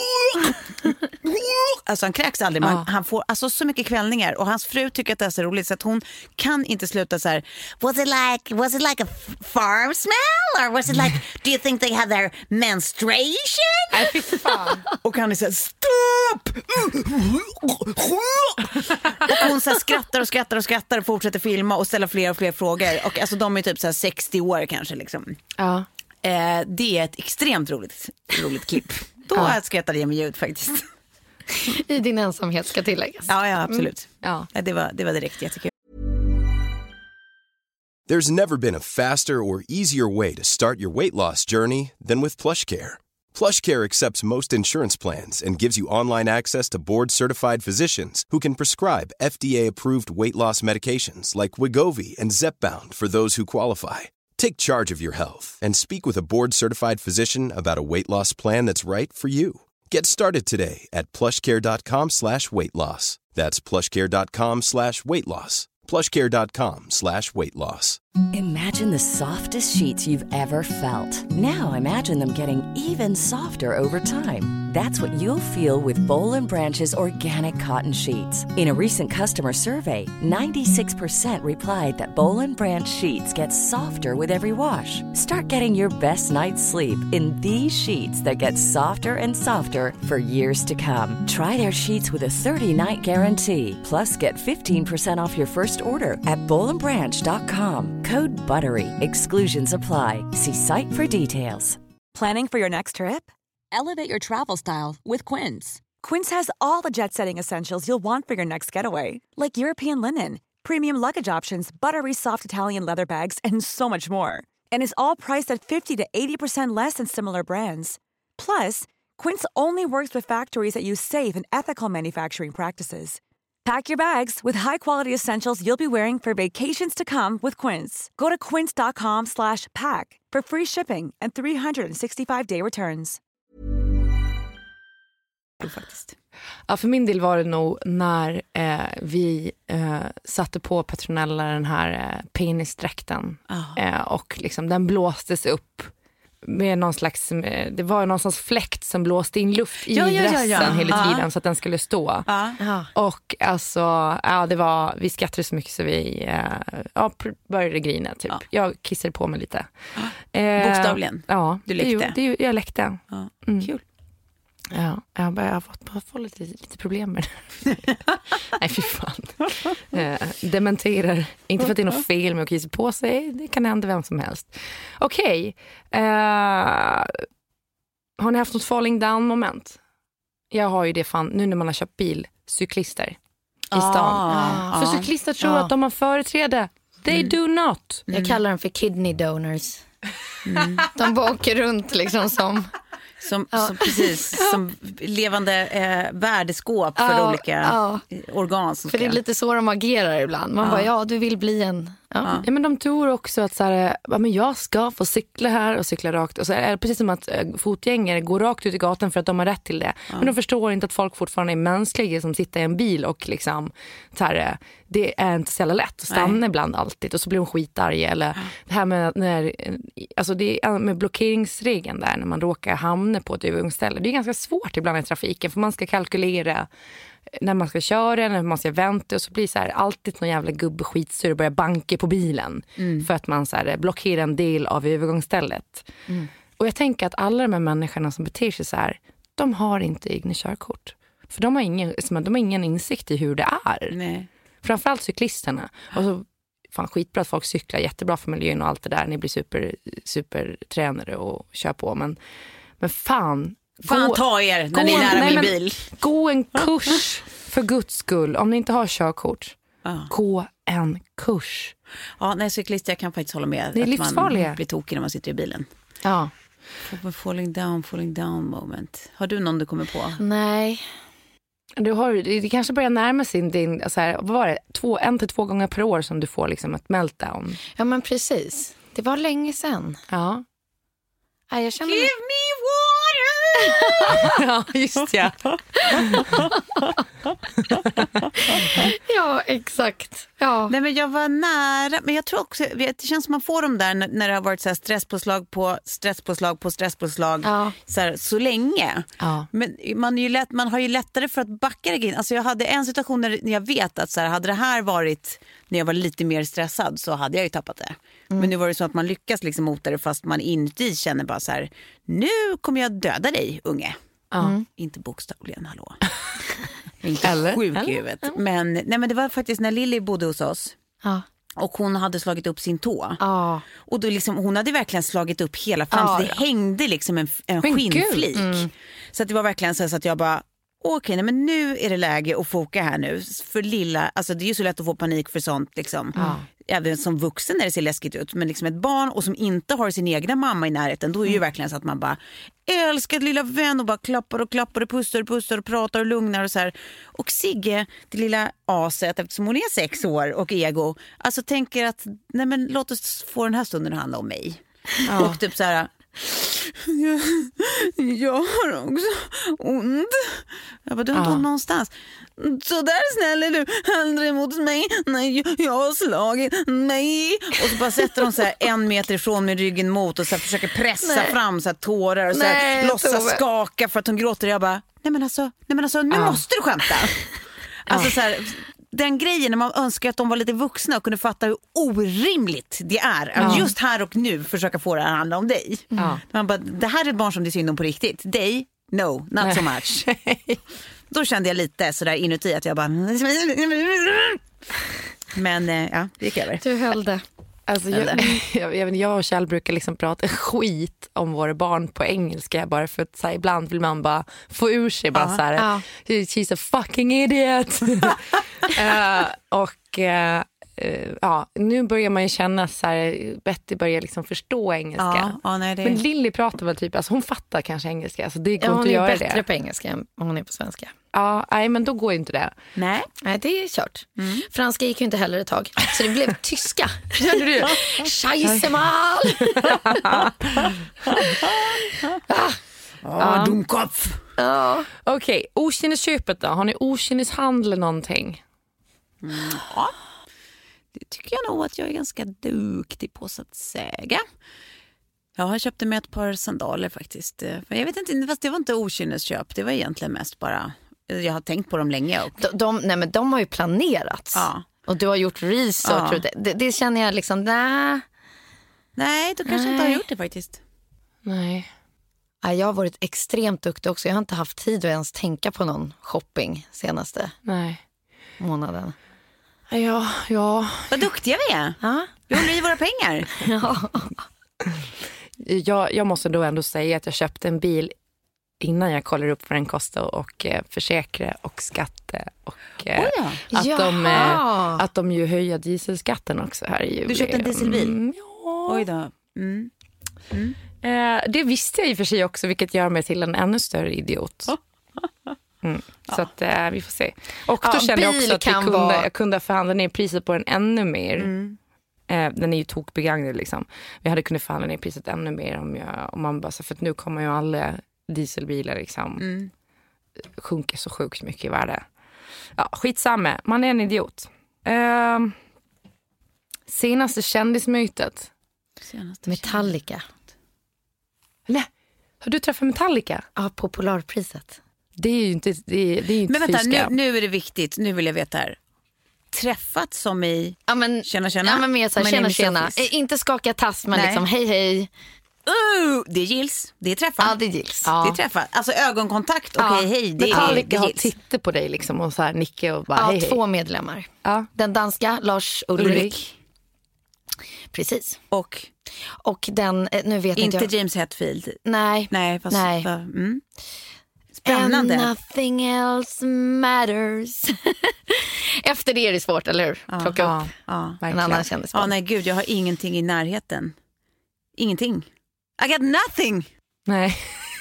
alltså han kräks aldrig, men ja. han får alltså så mycket kvällningar och hans fru tycker att det är så roligt så att hon kan inte sluta så här. Was it like was it like a farm smell or was it like do you think they have their menstruation? Nej, fy fan. Och han är så här, stopp! Och hon så här skrattar och skrattar och skrattar och fortsätter filma och ställa fler och fler frågor och alltså de är typ så här sextio år kanske liksom. Ja. Eh, det är ett extremt roligt roligt klipp. Då ja. Skrattade jag med ljud faktiskt. I din ensamhet ska tilläggas. Ja, ja absolut. Mm. Ja. Det, var, det var direkt jättekul. There's never been a faster or easier way to start your weight loss journey than with PlushCare. PlushCare accepts most insurance plans and gives you online access to board-certified physicians who can prescribe F D A-approved weight loss medications like Wegovy and Zepbound for those who qualify. Take charge of your health and speak with a board-certified physician about a weight loss plan that's right for you. Get started today at plushcare.com slash weight loss. That's plushcare.com slash weight loss. plushcare.com slash weight loss. Imagine the softest sheets you've ever felt. Now imagine them getting even softer over time. That's what you'll feel with Boll and Branch's organic cotton sheets. In a recent customer survey, ninety-six percent replied that Boll and Branch sheets get softer with every wash. Start getting your best night's sleep in these sheets that get softer and softer for years to come. Try their sheets with a thirty-night guarantee. Plus, get fifteen percent off your first order at boll and branch dot com. Code BUTTERY. Exclusions apply. See site for details. Planning for your next trip? Elevate your travel style with Quince. Quince has all the jet-setting essentials you'll want for your next getaway, like European linen, premium luggage options, buttery soft Italian leather bags, and so much more. And is all priced at fifty to eighty percent less than similar brands. Plus, Quince only works with factories that use safe and ethical manufacturing practices. Pack your bags with high-quality essentials you'll be wearing for vacations to come with Quince. Go to quince.com slash pack for free shipping and three sixty-five day returns. Faktiskt. Ja, för min del var det nog när eh, vi eh, satte på Petronella den här eh, penisdräkten oh. eh, och liksom den blåstes upp med någon slags, det var någon slags fläkt som blåste in luft i ja, ja, dressen ja, ja. hela tiden ja. Så att den skulle stå. Ja. Och alltså, ja det var, vi skrattade så mycket så vi ja, började grina typ. Ja. Jag kissade på mig lite. Eh, Bokstavligen? Ja. Du läckte? Det, det, jag läckte. Ja. Mm. Kul. Ja, jag har, jag har fått, fått, fått lite, lite problem med det. Nej, fy fan. Eh, dementerar. Inte för att det är något fel med att kissa på sig. Det kan hända vem som helst. Okej. Okay. Eh, har ni haft något falling down moment? Jag har ju det fan, nu när man har köpt bil, cyklister i stan. Ah, för ah, cyklister tror ah. att de har företräde. They mm. do not. Jag kallar dem för kidney donors. Mm. De bara åker runt liksom som... Som, ja. som, precis, som levande eh, värdeskåp för ja, olika ja. organ. Som för ska... det är lite så de agerar ibland. Man ja. bara, ja du vill bli en... Ja. Ja. Ja, men de tror också att så här, ja, men jag ska få cykla här och cykla rakt. Och så är det precis som att äh, fotgängare går rakt ut i gatan för att de har rätt till det. Ja. Men de förstår inte att folk fortfarande är mänskliga som sitter i en bil och liksom, så här, det är inte så jävla lätt att stanna Nej. ibland alltid. Och så blir de skitarg. Eller ja. det här med, när, alltså det är med blockeringsregeln där när man råkar hamna på ett övergångsställe. Det är ganska svårt ibland i trafiken för man ska kalkylera när man ska köra, när man ska vänta och så blir så här alltid någon jävla gubbe skitsur och börjar banka på bilen mm. för att man så här blockerar en del av övergångsstället. Mm. Och jag tänker att alla de här människorna som beter sig så här, de har inte egna körkort. För de har ingen, de har ingen insikt i hur det är. Nej. Framförallt cyklisterna. Och så fan skitbra att folk cyklar, jättebra för miljön och allt det där. Ni blir super, super tränare och kör på. Men, men fan... Fan gå, ta er när gå, ni är nära nej, min bil. Gå en kurs för Guds skull. Om ni inte har körkort, ah. gå en kurs. Ja, när jag är cyklist jag kan faktiskt hålla med. Det är att livsfarliga. Man blir tokig när man sitter i bilen. Ja. Falling down, falling down moment. Har du någon du kommer på? Nej. Du har, det kanske börjar närma sig din, så här, vad var det? Två, en till två gånger per år som du får liksom ett meltdown. Ja, men precis. Det var länge sedan. Ja. Ja, jag känner... Give me water! Ja, just ja. Ja, exakt. Ja. Nej, men jag var nära. Men jag tror också, det känns som man får dem där när, när det har varit så här stresspåslag på stresspåslag på stresspåslag ja. så, här, så länge. Ja. Men man, är ju lätt, man har ju lättare för att backa det in. Alltså jag hade en situation när jag vet att så här, hade det här varit när jag var lite mer stressad så hade jag ju tappat det. Mm. Men nu var det så att man lyckas liksom mota det fast man inuti känner bara så här, nu kommer jag döda dig, unge. Mm. Inte bokstavligen, hallå. Inte Eller? sjuk Eller? i huvudet. Men, nej, men det var faktiskt när Lily bodde hos oss. Ja. Och hon hade slagit upp sin tå. Ja. Och då liksom, hon hade verkligen slagit upp hela fram. Ja, så det ja. hängde liksom en, en Men skinnflik. mm. Så att det var verkligen så att jag bara, okej, okay, nej, men nu är det läge att få åka här nu. För lilla, alltså det är ju så lätt att få panik för sånt liksom. Ja. Även som vuxen när det ser läskigt ut. Men liksom ett barn och som inte har sin egna mamma i närheten, då är det ju verkligen så att man bara älskar lilla vän och bara klappar och klappar och pussar och pussar och pratar och lugnar och så här. Och Sigge, det lilla aset, eftersom hon är sex år och ego, alltså tänker att nej men låt oss få den här stunden att handla om mig. Ja. Och typ så här, jag, jag har också ont. Jag bara, du har inte ja. ont någonstans. Så där snäll är du, aldrig mot mig. Nej, jag har slagit mig. Och så bara sätter de så här en meter ifrån med ryggen mot och så här försöker pressa nej. fram så här tårar och så här nej, låtsas skaka för att hon gråter. Jag bara, nej men alltså, nej men alltså nu ja. måste du skämta. Alltså ja. så här, den grejen när man önskar att de var lite vuxna och kunde fatta hur orimligt det är ja. just här och nu försöka få det att handla om dig. Mm. Man bara, det här är ett barn som det är synd om på riktigt. Dig? No, not nej. so much. Då kände jag lite sådär inuti att jag bara... Men ja, det gick över. Du höll det. Alltså, jag, jag, jag, jag och Kjell brukar liksom prata skit om våra barn på engelska bara för att så här, ibland vill man bara få ur sig bara uh-huh. så här, uh. she's a fucking idiot. uh, och uh, uh, ja, nu börjar man ju känna så här, Betty börjar liksom förstå engelska. Uh, uh, nej, det... Men Lily pratar väl typ, alltså hon fattar kanske engelska, alltså det går ja, inte att göra det. Hon är bättre på engelska än hon är på svenska. Ja, nej men då går inte det. Nej, nej det är kört. Mm. Franska gick ju inte heller ett tag. Så det blev tyska. Känner du? Scheissemal! ah, dumkopf! Ja. Okej, okay. Okynnesköpet då? Har ni okynneshandel någonting? Mm, ja, det tycker jag nog att jag är ganska duktig på så att säga. Jag har köpt med ett par sandaler faktiskt. Jag vet inte, fast det var inte okynnesköp. Det var egentligen mest bara... Jag har tänkt på dem länge. Och... De, de, nej men de har ju planerats. Ja. Och du har gjort research. Ja. Det, det känner jag liksom, nej. Nej, du kanske nej. inte har gjort det faktiskt. Nej. Jag har varit extremt duktig också. Jag har inte haft tid att ens tänka på någon shopping senaste nej. månaden. Ja, ja. Vad duktiga vi är. Ja. Vi håller i våra pengar. Ja. Jag, jag måste då ändå säga att jag köpte en bil innan jag kollar upp vad den kostar och eh, försäkra och skatte och eh, oh ja. att, de, eh, att de ju höjer dieselskatten också här i juli. Du köpte en dieselbil? Mm, ja. Oj då. Mm. Mm. Eh, det visste jag i och för sig också, vilket gör mig till en ännu större idiot. Mm. Ja. Så att eh, vi får se. Och då ja, kände jag också att vi kunde, vara... jag kunde förhandla ner priset på den ännu mer. Mm. Eh, den är ju tokbegagnad liksom. Vi hade kunnat förhandla ner priset ännu mer om, jag, om man bara så, för att nu kommer ju alla dieselbilar liksom mm. sjunker så sjukt mycket i värde. Ja, skitsamma. Man är en idiot. Eh, senaste kändismytet. Senaste Metallica. Kändis. Nej, har du träffat Metallica? Ja, Popularpriset. Det är ju inte, det är, det är ju inte. Men vänta, nu, nu är det viktigt. Nu vill jag veta här. Träffat som i ja, men, tjena tjena. Ja, men mer så här, tjena tjena. Inte skaka tass men liksom hej hej. Uh, det gills. Det är träffat. Ja, det gills. Ja. Det är träffat. Alltså ögonkontakt och ja. hej hej. Det Metallica är, har tittat på dig liksom och så här nicka och bara ja, hej hej. Två medlemmar. Ja. Den danska Lars Ulrik. Ulrik. Precis. Och? Och den, nu vet inte jag. James Hetfield. Nej. Nej, fast, Nej. För, mm. Spännande. And nothing else matters. Efter det är det svårt, eller hur? Ja, Plocka ja, upp ja, en annan kändisband. Ja, nej gud, jag har ingenting i närheten. Ingenting. I got nothing. Nej.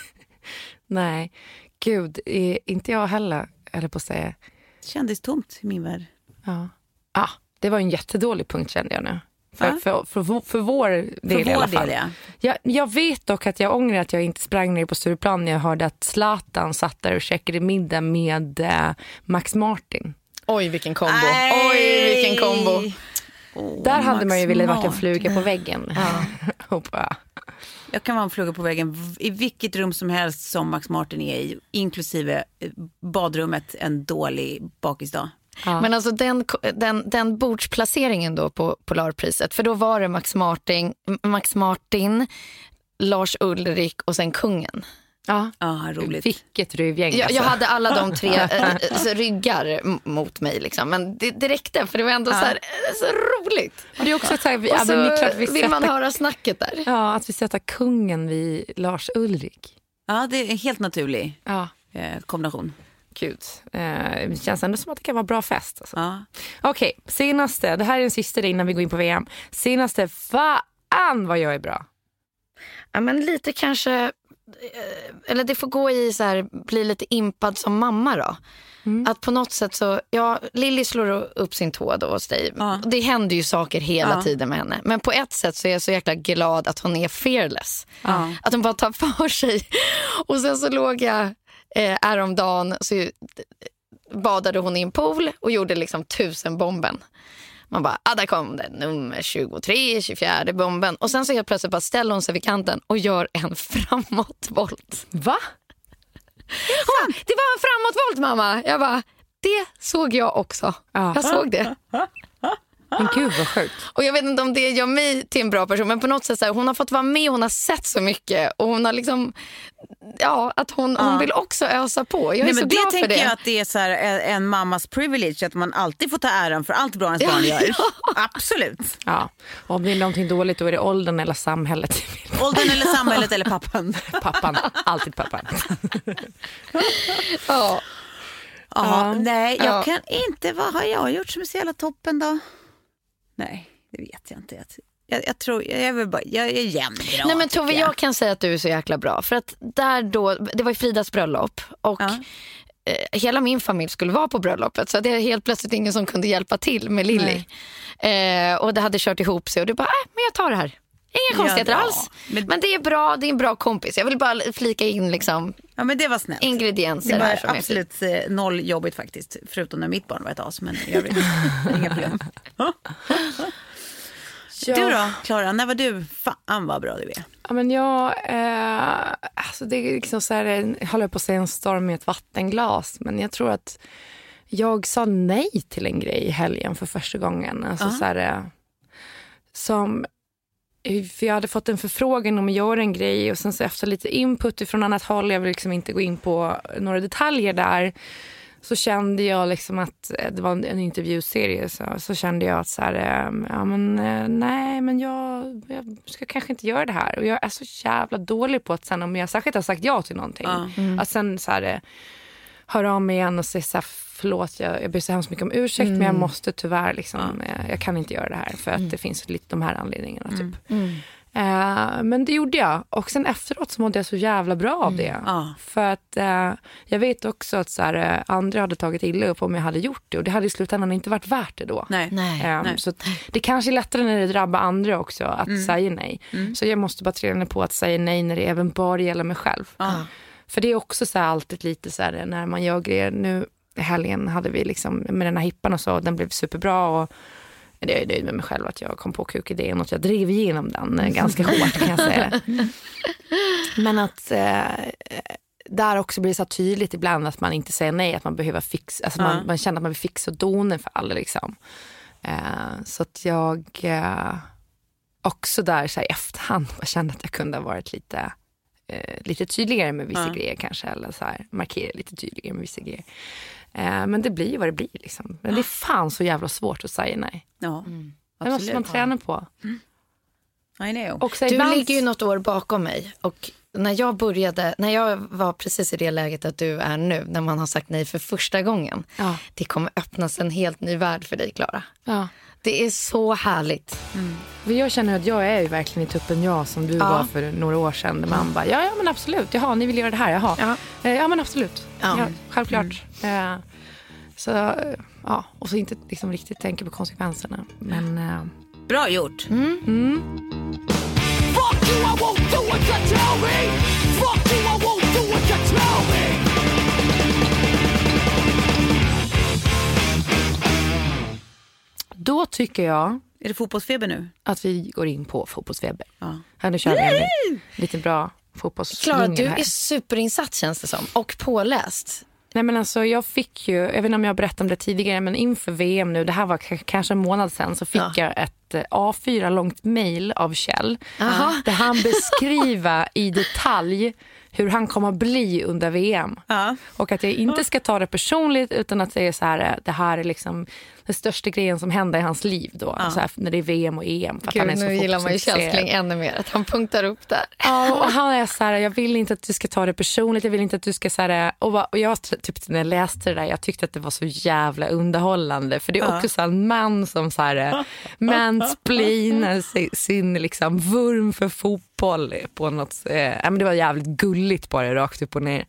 Nej. Gud, är inte jag heller, eller på att säga. Kändes tomt i min värld. Ja. Ah, det var en jättedålig punkt, kände jag nu. För, ja. för, för, för, för vår del för i alla vår fall. Del, ja. jag, jag vet dock att jag ångrar att jag inte sprang ner på Stureplan när jag hörde att Zlatan satt där och käkade middag med eh, Max Martin. Oj, vilken kombo. Aj. Oj, vilken kombo. Oh, där hade man ju velat varit en fluga på väggen. Ja. Jag kan vara en fluga på väggen i vilket rum som helst som Max Martin är i, inklusive badrummet en dålig bakisdag. Ja. Men alltså den, den, den bordsplaceringen då på Polarpriset, för då var det Max Martin, Max Martin, Lars Ulrik och sen kungen. Ja, ah, roligt. Vilket rövgäng. Jag, alltså. jag hade alla de tre äh, ryggar mot mig liksom. Men det, det räckte, för det var ändå ja. så, här, så roligt. Och det är också så här, vi, och så ja, klart vi vill sätta, man höra snacket där. Ja, att vi sätter kungen vid Lars Ulrik. Ja, det är en helt naturlig ja. eh, kombination. Gud. Eh, det känns ändå som att det kan vara bra fest. Alltså. Ja. Okej, okay, senaste. Det här är den sista innan vi går in på V M. Senaste, fan vad jag är bra. Ja, men lite kanske... Eller det får gå i så här, bli lite impad som mamma då. Mm. Att på något sätt så, ja, Lilly slår upp sin tå då hos dig. Ja. Det händer ju saker hela ja. tiden med henne. Men på ett sätt så är jag så jäkla glad att hon är fearless. Ja. Att hon bara tar för sig. Och sen så låg jag eh, häromdagen, så badade hon i en pool och gjorde liksom tusenbomben. Man bara, ah, där kom det nummer tjugotre, tjugofjärde bomben. Och sen så helt plötsligt bara ställer hon sig vid kanten och gör en framåtvolt. Va? Hon, det var en framåtvolt, mamma. Jag bara, det såg jag också. Ja. Jag såg det. Men gud vad sjukt. Och jag vet inte om det gör mig till en bra person, men på något sätt så här, hon har fått vara med, hon har sett så mycket och hon har liksom, ja, att hon, ja. hon vill också ösa på. Jag är Nej, så men glad det för det. tänker jag att det är så här, en mammas privilege, att man alltid får ta äran för allt bra ens barn ja, gör. Ja. Absolut. Ja. Och om det är någonting dåligt, då är det åldern eller samhället. Åldern eller samhället eller pappan. Pappan, alltid pappan. Ja. Ja, nej, jag ja. kan inte. Vad har jag gjort som är så jävla toppen då? Nej, det vet jag inte. Jag, jag tror, jag är, bara, jag är jämn bra. Nej, men Tove, jag. jag kan säga att du är så jäkla bra. För att där då, det var ju Fridas bröllop. Och ja. eh, hela min familj skulle vara på bröllopet. Så det är helt plötsligt ingen som kunde hjälpa till med Lilly. Eh, och det hade kört ihop sig. Och du bara, äh, men jag tar det här. Inga konstigheter ja, alls. Men... men det är bra, det är en bra kompis. Jag vill bara flika in liksom. Ja, men det var snällt. Ingredienser. Det var här som absolut är noll jobbigt faktiskt. Förutom när mitt barn var ett as. Men jag vet inga problem. Ja. Du då, Klara? När var du? Fan vad bra du är. Ja, men jag, eh, alltså det är liksom så här, jag håller på att säga en storm i ett vattenglas. Men jag tror att jag sa nej till en grej i helgen för första gången. Alltså uh-huh. så här, eh, som... För jag hade fått en förfrågan om att göra en grej och sen så efter lite input från annat håll, jag vill liksom inte gå in på några detaljer där, så kände jag liksom att det var en intervjuserie, så, så kände jag att så här, ja men nej men jag, jag ska kanske inte göra det här, och jag är så jävla dålig på att sen om jag särskilt har sagt ja till någonting mm. att sen så här höra av mig igen och säga så här, förlåt, jag, jag ber så hemskt mycket om ursäkt mm. men jag måste tyvärr liksom, ja. jag, jag kan inte göra det här för att mm. det finns lite de här anledningarna typ. Mm. Uh, men det gjorde jag, och sen efteråt så mådde jag så jävla bra av det mm. ah. för att uh, jag vet också att så här, uh, andra hade tagit illa upp om jag hade gjort det, och det hade i slutändan inte varit värt det då. Nej. Nej. Um, nej. Så det kanske är lättare när det drabbar andra också att mm. säga nej mm. så jag måste bara träna på att säga nej när det även bara gäller mig själv. ah. För det är också så här, alltid lite så här, när man gör grejer. Nu helgen hade vi liksom med den här hippan och så, den blev superbra, och det är nöjd med mig själv att jag kom på kukidén och att jag drev igenom den ganska hårt kan jag säga. Men att eh, där också blir det så tydligt ibland att man inte säger nej, att man behöver fixa, alltså man, uh. man känner att man vill fixa donen för alla liksom. Eh, så att jag eh, också där så här, i efterhand kände att jag kunde ha varit lite eh, lite tydligare med vissa uh. grejer kanske, eller så här, markera lite tydligare med vissa grejer. Eh, men det blir ju vad det blir liksom. Men uh. det är fan så jävla svårt att säga nej. Ja. Mm. Det måste man träna på. Mm. I know. Och du ibland... ligger ju något år bakom mig. Och när jag började, när jag var precis i det läget att du är nu, när man har sagt nej för första gången. Ja. Det kommer öppnas en helt ny värld för dig, Klara. Ja. Det är så härligt. Mm. För jag känner att jag är ju verkligen i tuppen jag som du ja. var för några år sedan. Där man bara, ja, ja men absolut, jaha, ni vill göra det här, jaha. Ja, eh, ja men absolut, ja. Ja, självklart. Mm. Eh, så, ja, och så inte liksom riktigt tänka på konsekvenserna. Men... Eh, bra gjort. Mm. Mm. Fuck you, I won't do what you tell me. Fuck you, I won't do what you tell me. Då tycker jag... Är det fotbollsfeber nu? Att vi går in på fotbollsfeber. Ja. Här, nu kör vi en lite bra fotbollslinje. Klara, du är superinsatt känns det som. Och påläst. Nej men alltså jag fick ju, jag vet inte om jag berättade om det tidigare, men inför V M nu, det här var k- kanske en månad sedan, så fick ja. jag ett A fyra långt mejl av Kjell. Aha. Där han beskriver i detalj hur han kommer att bli under V M. Ja. Och att jag inte ska ta det personligt, utan att det är så här, det här är liksom den största grejen som händer i hans liv då. Ja. Så här, när det är V M och E M. För Gud, att han är så nu gillar man ju Kjellsling ännu mer, att han punktar upp där. Ja, och han är så här, jag vill inte att du ska ta det personligt, jag vill inte att du ska så här, och, och jag typ när jag läste det där, jag tyckte att det var så jävla underhållande, för det är ja. också så en man som så här mansplainar sin, sin liksom vurm för fotboll på något, eh, men det var jävligt gulligt bara rakt upp och ner.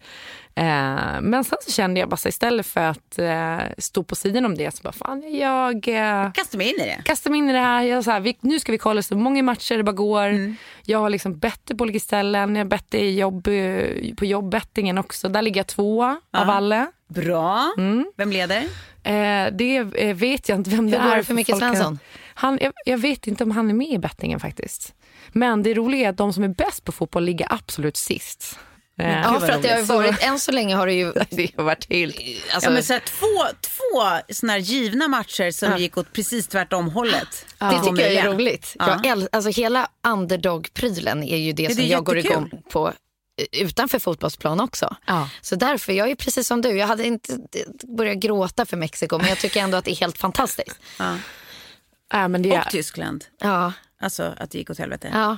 Eh, men sen så kände jag bara så istället för att eh, stå på sidan om det, så bara fan jag eh, kastar mig in i det. Kastar mig in i det här. Jag så här vi, nu ska vi kolla så många matcher det bara går. Mm. Jag har liksom bett på olika ställen. Jag bett i jobb på jobbbettingen också. Där ligger jag två Aha. av alla. Bra. Mm. Vem leder? Eh, det vet jag inte vem Hur det är. Hur för Micke Svensson? Han, jag, jag vet inte om han är med i bettingen faktiskt. Men det roliga är att de som är bäst på fotboll ligger absolut sist. Ja, för att det har varit, än så länge har det ju det har varit helt alltså, ja, men så här, två, två såna här givna matcher som ja. gick åt precis tvärtom hållet. Ja. Det tycker jag är roligt. Ja. Jag äl- alltså, hela underdog-prylen är ju det, det som jag går igång på utanför fotbollsplan också. Ja. Så därför, jag är precis som du. Jag hade inte börjat gråta för Mexiko, men jag tycker ändå att det är helt fantastiskt. Ja. Ja, men det är... Och Tyskland. Ja. Alltså att det gick åt helvete. Ja,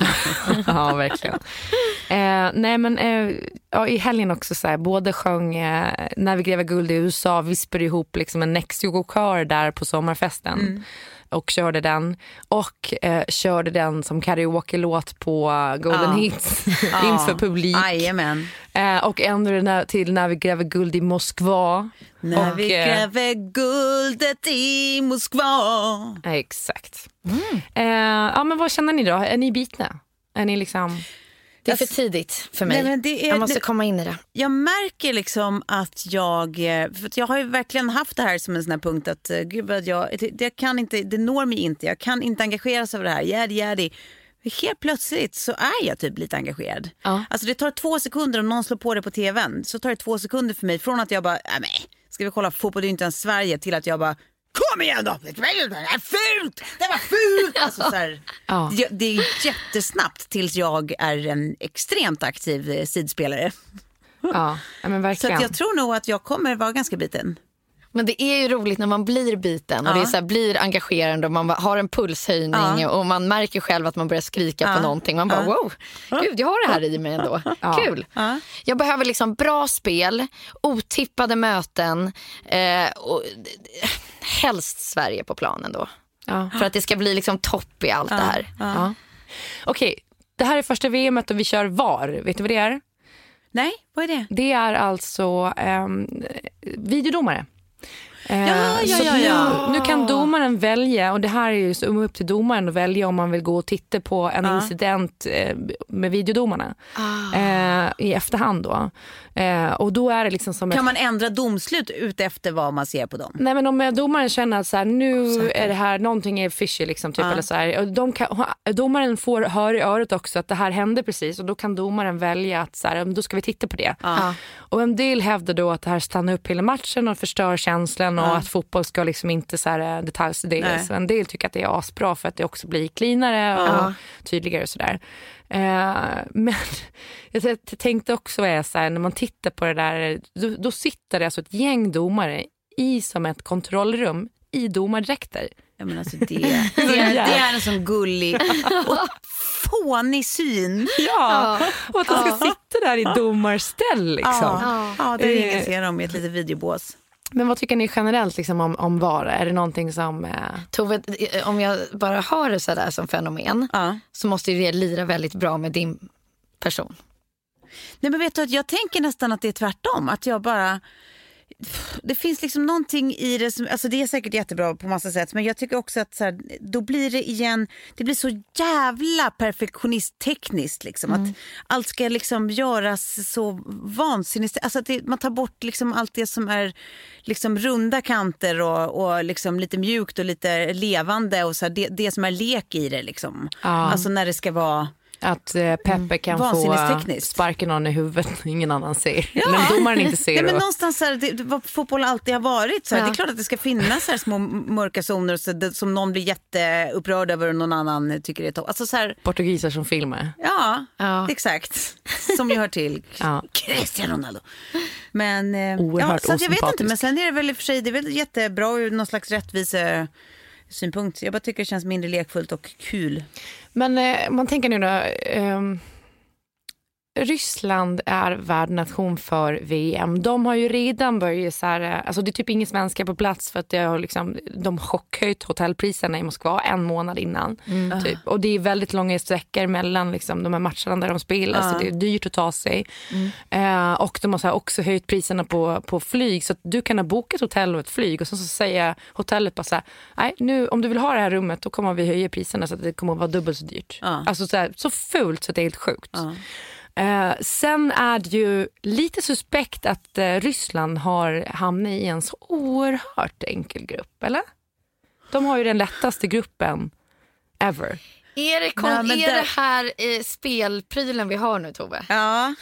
ja verkligen. Eh, nej men eh, ja, i helgen också så här, både sjöng eh, När vi gräver guld i U S A, vispade ihop liksom en Next-Yogo-kör där på sommarfesten. Mm. Och körde den. Och eh, körde den som karaoke-låt på Golden ja. Hits. Ja. Inför publik. Jajamän. Eh, och ändrade till När vi gräver guld i Moskva. När och, vi gräver guldet i Moskva. Eh, exakt. Mm. Eh, ja, men vad känner ni då? Är ni bitna? Är ni liksom... Det är för tidigt för mig. Nej, men det är, jag måste komma in i det. Jag märker liksom att jag... För att jag har ju verkligen haft det här som en sån här punkt att... Gud, vad jag, det, det, kan inte, det når mig inte. Jag kan inte engageras över det här. Jädi, jädi. Helt plötsligt så är jag typ lite engagerad. Ja. Alltså det tar två sekunder om någon slår på det på tvn. Så tar det två sekunder för mig. Från att jag bara... Nej, ska vi kolla fotboll? Det är inte ens Sverige. Till att jag bara... Kom igen då! Det är fult! Det var fult! Alltså, så här, ja. det, det är jättesnabbt tills jag är en extremt aktiv sidspelare. Ja, men verkligen. Så att jag tror nog att jag kommer vara ganska biten. Men det är ju roligt när man blir biten och ja. det är så här, blir engagerande och man har en pulshöjning ja. och man märker själv att man börjar skrika ja. på någonting. Man bara, wow, gud, jag har det här i mig ändå. Ja. Kul. Ja. Jag behöver liksom bra spel, otippade möten eh, och helst Sverige på planen då. Ja. För att det ska bli liksom topp i allt ja. det här. Ja. Ja. Okej, det här är första V M-et och vi kör V A R. Vet du vad det är? Nej, vad är det? Det är alltså um, videodomare. Ja, ja, ja, ja. Nu, nu kan domaren välja, och det här är ju så upp till domaren att välja om man vill gå och titta på en ja. incident eh, med videodomarna ah. eh, i efterhand då. Eh, och då är det liksom som kan ett... man ändra domslut ut efter vad man ser på dem? Nej, men om domaren känner att så här, nu så är det här, någonting är fishy liksom, typ, ah. eller så här, och de kan, domaren får höra i örat också att det här hände precis, och då kan domaren välja att så här, då ska vi titta på det. Ah. Och en del hävdar då att det här stannar upp hela matchen och förstör känslan och ah. att fotboll ska liksom inte så här detaljstuderas. En del tycker att det är asbra för att det också blir cleanare och ah. tydligare och sådär. Uh, men jag tänkte också är så här, när man tittar på det där, då, då sitter det alltså ett gäng domare i som ett kontrollrum i domardräkter Jag menar, alltså det, det, är, det är en sån gullig och fånig syn. Ja, och att de ska sitta där i domarställ liksom. Ja, ja det är inget ser dem i ett litet videobås. Men vad tycker ni generellt liksom om, om V A R? Är det någonting som... Eh... Tove, om jag bara har det så där som fenomen ja. så måste det lira väldigt bra med din person. Nej, men vet du att jag tänker nästan att det är tvärtom. Att jag bara... Det finns liksom någonting i det som, alltså det är säkert jättebra på massa sätt, men jag tycker också att så här, då blir det igen, det blir så jävla perfektionisttekniskt liksom, mm. att allt ska liksom göras så vansinnigt, alltså att det, man tar bort liksom allt det som är liksom runda kanter och, och liksom lite mjukt och lite levande och så här, det, det som är lek i det liksom, ja. Alltså när det ska vara att eh, Peppe kan få sparka någon i huvudet ingen annan ser. Ja. Men domaren inte ser. Nej, men någonstans så här, det, det, vad fotboll alltid har varit så här, ja. Det är klart att det ska finnas så här små mörka zoner så det, som någon blir jätteupprörd över och någon annan tycker det är topp. Alltså så här, portugiser som filmar. Ja, ja. Exakt. Som ju hör till ja. Cristiano Ronaldo. Men eh, ja, så jag vet inte, men sen är det väl i och för sig det är väl jättebra ur någon slags rättvise synpunkt. Jag bara tycker det känns mindre lekfullt och kul. Men eh, man tänker nu då, eh, Ryssland är värdnation för V M. De har ju redan börjat så här, alltså det är typ ingen svenskar på plats för att det har liksom, de chockhöjt hotellpriserna i Moskva en månad innan. Mm. Typ. Och det är väldigt långa sträckor mellan liksom, de här matcherna där de spelar, uh. så det är dyrt att ta sig. Mm. Eh, och de har så här, också höjt priserna på, på flyg så att du kan ha bokat hotell och ett flyg och så, så säger hotellet bara så här, nej, nu, om du vill ha det här rummet då kommer vi höja priserna så att det kommer att vara dubbelt så dyrt. Uh. Alltså så, här, så fult så att det är helt sjukt. Uh. Eh, sen är det ju lite suspekt att eh, Ryssland har hamnat i en så oerhört enkel grupp, eller? De har ju den lättaste gruppen ever. Är det, kon- ja, är det... det här eh, spelprylen vi har nu, Tove? Ja.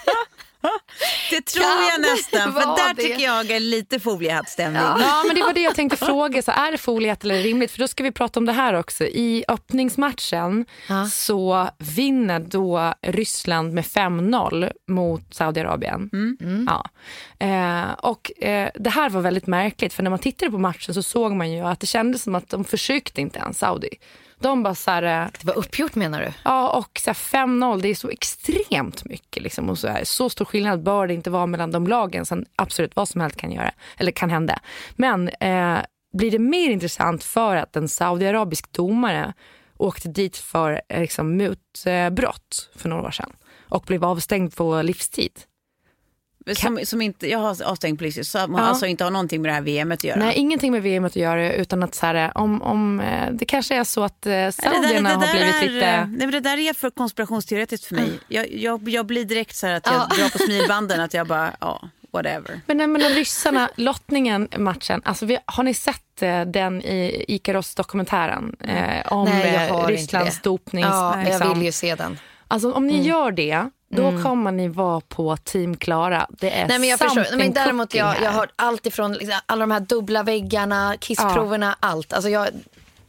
Det tror kan jag nästan, för där det? Tycker jag är lite foliehattstämning. Ja. ja, men det var det jag tänkte fråga. Så är det foliehatt eller rimligt? För då ska vi prata om det här också. I öppningsmatchen ja. Så vinner då Ryssland med fem noll mot Saudiarabien. Mm. Mm. Ja. Eh, och eh, det här var väldigt märkligt, för när man tittade på matchen så såg man ju att det kändes som att de försökte inte ens Saudi. De bara så här, det var uppgjort, menar du? Ja, och så här fem noll, det är så extremt mycket liksom, och så här, så stor skillnad bör det inte vara mellan de lagen, sen absolut vad som helst kan göra eller kan hända. Men eh, blir det mer intressant för att en saudiarabisk domare åkte dit för eh, liksom mutbrott för några år sedan och blev avstängd på livstid. Som, som inte, jag har avstängt polis, så man ja. Alltså inte har någonting med det här V M:et att göra. Nej, ingenting med V M:et att göra, utan att så här, om, om det kanske är så att eh, saudierna har blivit är, lite... Nej, men det där är för konspirationsteoretiskt för mig. Mm. Jag, jag, jag blir direkt så här att jag ja. drar på smilbanden, att jag bara, ja, whatever. Men nej, men de ryssarna, lottningen, matchen, alltså vi, har ni sett eh, den i Ikaros-dokumentären eh, om nej, eh, Rysslands dopnings... Ja, liksom. Jag vill ju se den. Alltså om ni mm. gör det, då mm. kommer ni vara på Team Klara. Det är nej, men jag förstår. Men däremot jag, jag har allt ifrån liksom, alla de här dubbla väggarna, kissproverna, ja. allt. Alltså jag...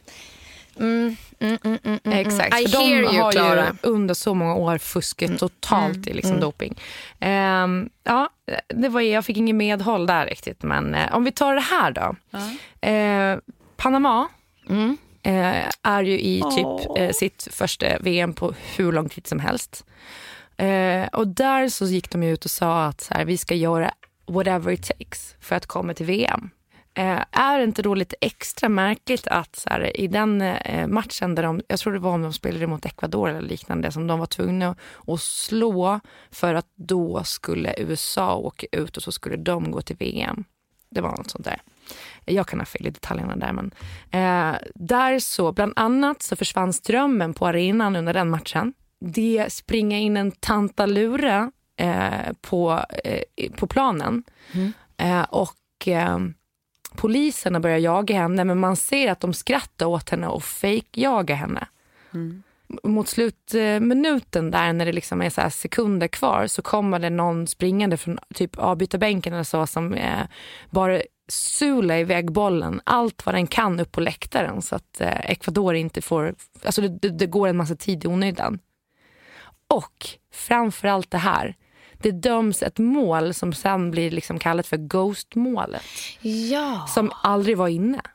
Mm, mm, mm, mm, mm, exakt. I för de hear you, har Clara. ju under så många år fusket mm. totalt mm. i liksom mm. doping. Um, ja, det var jag fick ingen medhåll där riktigt. Men uh, om vi tar det här då. Uh. Uh, Panama mm. uh, är ju i typ oh. uh, sitt första V M på hur lång tid som helst. Uh, och där så gick de ut och sa att så här, vi ska göra whatever it takes för att komma till V M. Uh, är det inte då lite extra märkligt att så här, i den uh, matchen där de, jag tror det var om de spelade mot Ecuador eller liknande, som de var tvungna att slå för att då skulle U S A åka ut och så skulle de gå till V M. Det var något sånt där. Jag kan ha fel i detaljerna där, men uh, där så, bland annat så försvann strömmen på arenan under den matchen. Det springer in en tantalura eh, på, eh, på planen mm. eh, och eh, poliserna börjar jaga henne, men man ser att de skrattar åt henne och fake-jagar henne. Mm. Mot slutminuten där, när det liksom är så här sekunder kvar, så kommer det någon springande från typ avbytarbänken eller så, som eh, bara sula iväg bollen allt vad den kan upp på läktaren, så att eh, Ecuador inte får, alltså det, det går en massa tid i onödan. Och framförallt det här, det döms ett mål som sen blir liksom kallat för Ghost-målet. Ja. Som aldrig var inne.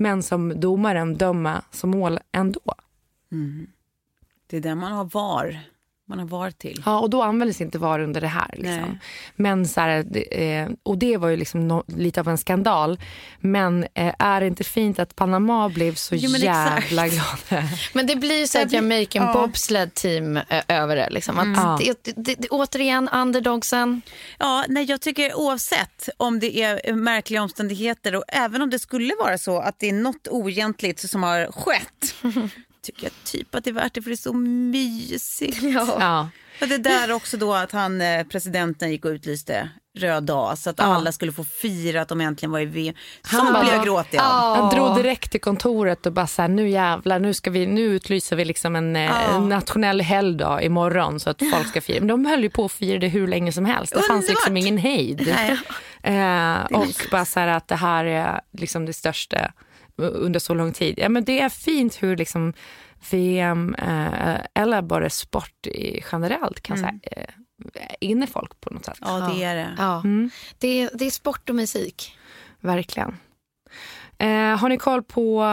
men som domaren döma som mål ändå. Mm. Det är där man har var. Man har var till. Ja, och då användes inte var under det här. Liksom. Men så här, eh, och det var ju liksom no, lite av en skandal. Men eh, är det inte fint att Panama blev så jo, jävla glada? Men det blir så att Jamaican ja. bobsled team ö- över det. Liksom. Att mm. det, det, det, det, återigen, underdogsen. Ja, nej, jag tycker oavsett om det är märkliga omständigheter och även om det skulle vara så att det är något oegentligt som har skett... tycker jag typ att det är värt det för det är så mysigt. Ja. Ja. Och det där också då att han, presidenten gick och utlyste röd dag så att ja. alla skulle få fira att de äntligen var i V M. Så blev jag gråtig av. Ja. Han drog direkt till kontoret och bara så här, nu jävlar, nu ska vi, nu utlyser vi liksom en, ja. en nationell helgdag imorgon så att folk ska fira. Men de höll ju på att fira det hur länge som helst. Det Underbart. fanns liksom ingen hejd. eh, och bara så här att det här är liksom det största under så lång tid. Ja, men det är fint hur liksom V M eh, eller bara sport i generellt kan mm. säga eh, inne folk på något sätt. Ja, det är det. Ja. Mm. Det, är, det är sport och musik. Verkligen. Eh, har ni koll på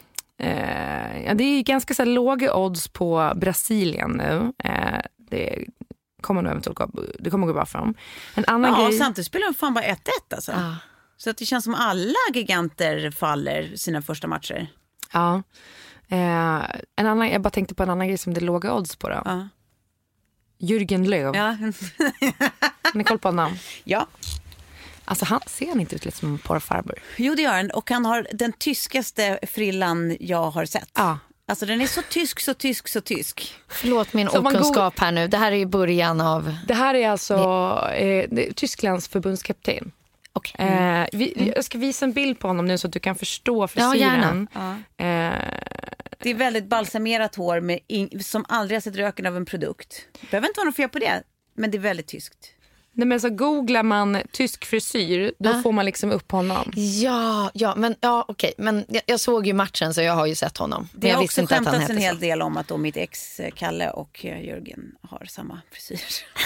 eh, ja, det är ganska så här låga odds på Brasilien nu. Eh, det kommer nog eventuellt gå, det kommer gå bra för dem. En annan ja, grej... samtidigt spelar de fan bara ett ett alltså. Ja. Så att det känns som alla giganter faller sina första matcher. Ja. Eh, en annan, jag bara tänkte på en annan grej som det är låga odds på då. Ja. Jürgen Löw. Ja. Har ni koll på honom? Ja. Alltså han ser han inte ut lite som en porrfarbror? Jo, det gör han. Och han har den tyskaste frillan jag har sett. Ja. Alltså den är så tysk, så tysk, så tysk. Förlåt min okunskap här nu. Det här är ju början av... Det här är alltså eh, det är Tysklands förbundskapten. Okay. Mm. Eh, vi, jag ska visa en bild på honom nu så att du kan förstå frisyren. Ja, gärna. Ja. Eh, det är väldigt balsamerat hår med in, som aldrig har sett röken av en produkt. Det behöver inte vara något fel på det, men det är väldigt tyskt. Nej, men så googlar man tysk frisyr, då ah. får man liksom upp honom. Ja, ja, men ja, okej, men jag, jag såg ju matchen så jag har ju sett honom. Det har också skämtats en hel så. del om att då mitt ex Kalle och Jörgen har samma frisyr.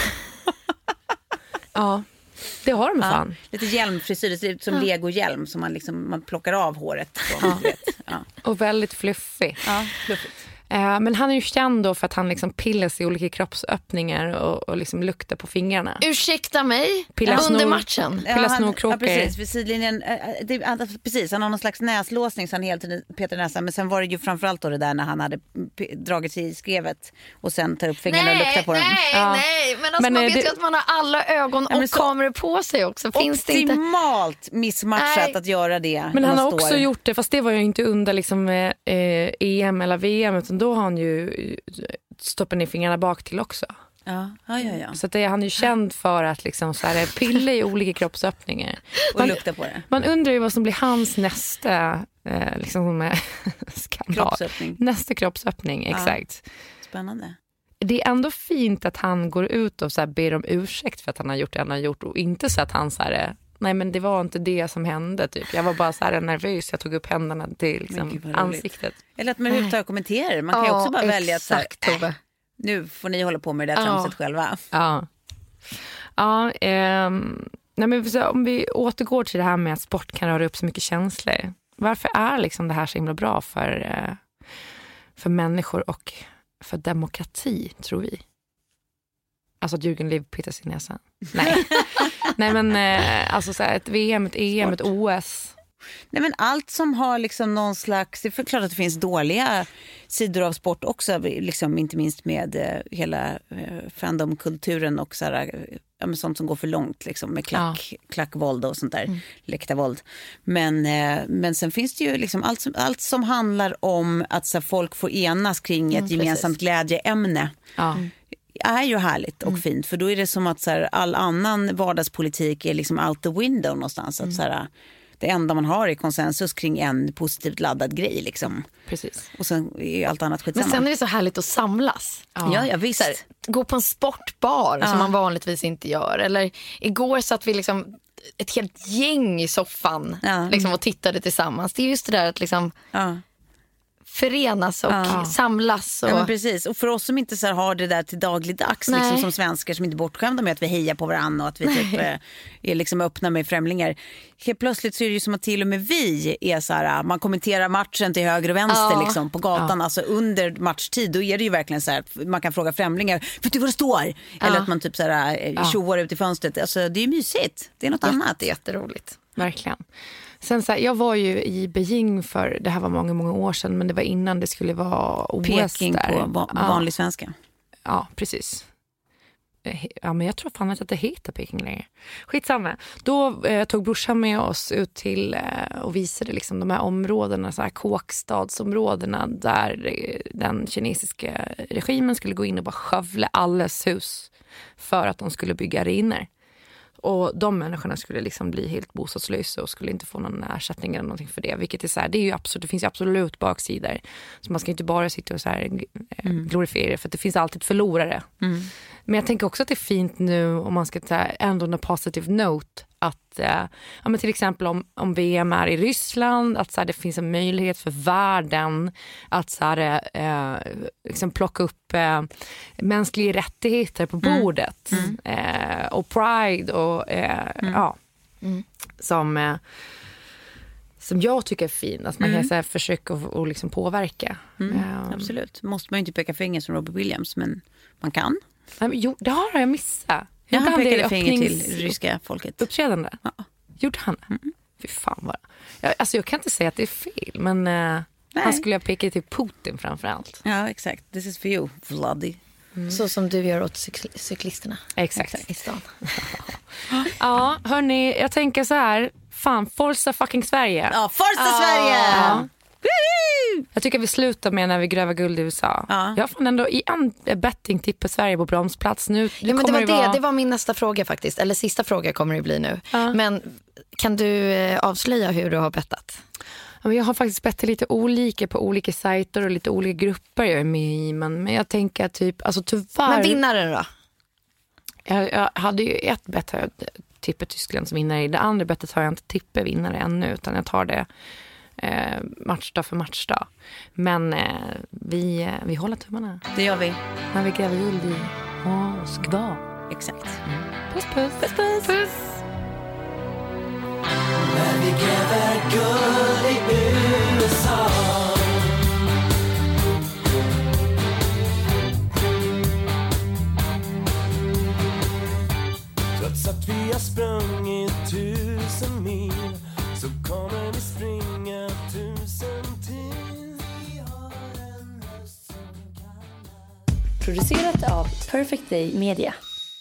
Ja. Det har de ja, fan. Lite hjälmfrisyr, det ser ut som ja. Lego-hjälm som man, liksom, man plockar av håret. Så, ja. vet. Ja. Och väldigt fluffig. Ja, fluffigt. Eh, men han är ju känd då för att han liksom pillar sig i olika kroppsöppningar och, och liksom luktar på fingrarna. Ursäkta mig, pillar under snor, matchen. Pillar ja, snorkråkor. Ja, precis, vid sidlinjen, det, han, precis, han har någon slags näslåsning så han helt Peter näsan. Men sen var det ju framförallt då det där när han hade p- dragit sig i skrevet och sen tar upp fingrarna nej, och luktar på nej, dem. Nej, ja. nej, men alltså men man vet det, ju att man har alla ögon och ja, så, kameror på sig också. Finns det inte... Optimalt missmatchat nej. Att göra det. Men han har står. också gjort det, fast det var ju inte under liksom, eh, E M eller V M, utan då har han ju stoppar ner fingrarna bak till också. Ja, ja, ja, ja. Så att det, han är ju känd för att liksom så här, pilla i olika kroppsöppningar. Och lukta på det. Man undrar ju vad som blir hans nästa eh, liksom, skandal. Kroppsöppning. Nästa kroppsöppning, exakt. Ja. Spännande. Det är ändå fint att han går ut och så här, ber om ursäkt för att han har gjort det han har gjort. Och inte så att han så här, nej men det var inte det som hände typ. Jag var bara så här nervös, jag tog upp händerna till liksom, ansiktet. Eller att man överhuvudtaget kommenterar. Man kan ju också bara välja att så här, äh, nu får ni hålla på med det där tramset ja. själva. Ja, ja ehm, nej men så, om vi återgår till det här med att sport kan röra upp så mycket känslor. Varför är liksom det här så himla bra för, eh, för människor och för demokrati, tror vi? Alltså att Jürgen Löw pittar sin näsa. Nej. Nej men eh, alltså så här, ett V M, ett E M, sport. Ett O S. Nej men allt som har liksom någon slags, det är förklart att det finns dåliga sidor av sport också, liksom inte minst med eh, hela eh, fandomkulturen och så här, ja, men sånt som går för långt liksom med klack, ja. klackvåld och sånt där, mm. läktarvåld. Men, eh, men sen finns det ju liksom allt som, allt som handlar om att så här, folk får enas kring ett mm, gemensamt precis. Glädjeämne. Ja. Är ju härligt och mm. fint, för då är det som att så här, all annan vardagspolitik är liksom out the window någonstans. Mm. Att, så här, det enda man har är konsensus kring en positivt laddad grej liksom. Precis. Och sen är allt annat skitsamma. Men sen är det så härligt att samlas. Ja, ja, ja visst. Här, gå på en sportbar ja. Som man vanligtvis inte gör. Eller igår satt vi liksom ett helt gäng i soffan ja. liksom, och tittade tillsammans. Det är just det där att liksom... Ja. förenas och ja. samlas. Och... Ja, men precis. Och för oss som inte så här har det där till dagligdags, liksom, som svenskar som inte är bortskämda med att vi hejar på varandra och att vi typ, är liksom öppna med främlingar. Helt plötsligt så är det ju som att till och med vi är så här, man kommenterar matchen till höger och vänster ja. liksom, på gatan, ja. alltså under matchtid, då är det ju verkligen så här, man kan fråga främlingar, vet du vad det står? Ja. Eller att man typ så här tjoar ut i fönstret. Alltså det är ju mysigt, det är något ja, annat. Det är jätteroligt. Verkligen. Sen så här, jag var ju i Beijing för, det här var många, många år sedan, men det var innan det skulle vara O S Peking där. på va- vanlig ja. svenska. Ja, precis. Ja, men jag tror fan att det heter Peking längre. Skitsamma. Då eh, tog brorsan med oss ut till eh, och visade liksom de här områdena, så här kåkstadsområdena där eh, den kinesiska regimen skulle gå in och bara skövla alles hus för att de skulle bygga ruiner. Och de människorna skulle liksom bli helt bostadslösa och skulle inte få någon ersättning eller någonting för det. Vilket är så här, det är ju absolut, det finns ju absolut baksidor. Så man ska inte bara sitta och så här mm. glorifiera, för att det finns alltid förlorare. Mm. Men jag tänker också att det är fint nu, om man ska ta ändå en positive note, att eh, ja, men till exempel om, om V M är i Ryssland, att så här, det finns en möjlighet för världen att så här, eh, liksom plocka upp eh, mänskliga rättigheter på bordet. Mm. Mm. Eh, och Pride och eh, mm. ja, mm. som eh, som jag tycker är fin, att man mm. kan så här, försöka och, och liksom påverka. Mm. Um, Absolut. Måste man ju inte peka finger som Robert Williams, men man kan. Jo, det har jag missat. Ja, han pekade finger till ryska folket. Uppträdande? Ja. Gjorde han? Mm. Fy fan vad. Jag, alltså jag kan inte säga att det är fel, men uh, han skulle jag peka till Putin framförallt. Ja, exakt. This is for you, Vladdy. Mm. Så som du gör åt cykl- cyklisterna. Exakt. I stan. Ja, hörni, jag tänker så här. Fan, Forza fucking Sverige. Ja, Forza ah. Sverige! Ja. Jag tycker vi slutar med när vi gräver guld i U S A. Ja. Jag fann ändå i en betting tipp på Sverige på bromsplats. Nu, ja, men det, var det, vara... det var min nästa fråga faktiskt. Eller sista fråga kommer det bli nu. Ja. Men kan du eh, avslöja hur du har bettat? Ja, jag har faktiskt bettat lite olika på olika sajter och lite olika grupper jag är med i. Men, men jag tänker typ, alltså tyvärr... Men vinnaren då? Jag, jag hade ju ett bett har jag tippet Tyskland som vinnare i. Det andra bettet har jag inte tippet vinnare ännu, utan jag tar det Eh, matchdag för matchdag. Men eh, vi, eh, vi håller tummarna. Det gör vi. När vi gräver guld i Moskva. Exakt. Mm. Puss, puss. Puss, puss. Puss. När vi gräver guld i U S A. Trots att vi har sprungit tusen mil, så kommer vi springa tusen till. Producerat av Perfect Day Media.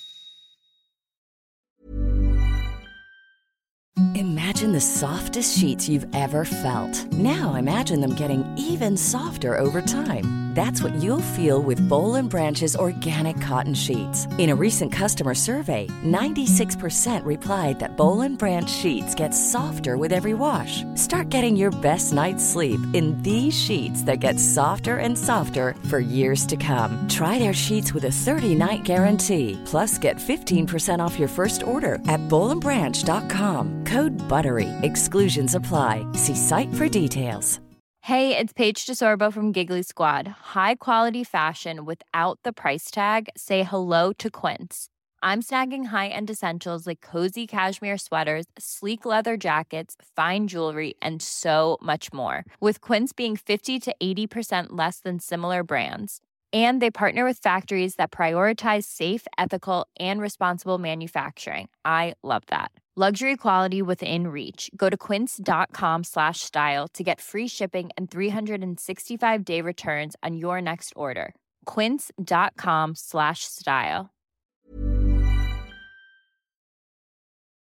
Imagine the softest sheets you've ever felt. Now imagine them getting even softer over time. That's what you'll feel with Boll and Branch's organic cotton sheets. In a recent customer survey, ninety-six percent replied that Boll and Branch sheets get softer with every wash. Start getting your best night's sleep in these sheets that get softer and softer for years to come. Try their sheets with a thirty-night guarantee. Plus, get fifteen percent off your first order at boll and branch dot com. Code BUTTERY. Exclusions apply. See site for details. Hey, it's Paige DeSorbo from Giggly Squad. High quality fashion without the price tag. Say hello to Quince. I'm snagging high-end essentials like cozy cashmere sweaters, sleek leather jackets, fine jewelry, and so much more. With Quince being fifty to eighty percent less than similar brands. And they partner with factories that prioritize safe, ethical, and responsible manufacturing. I love that. Luxury quality within reach. Go to quince.com slash style to get free shipping and three sixty-five day returns on your next order. Quince.com slash style.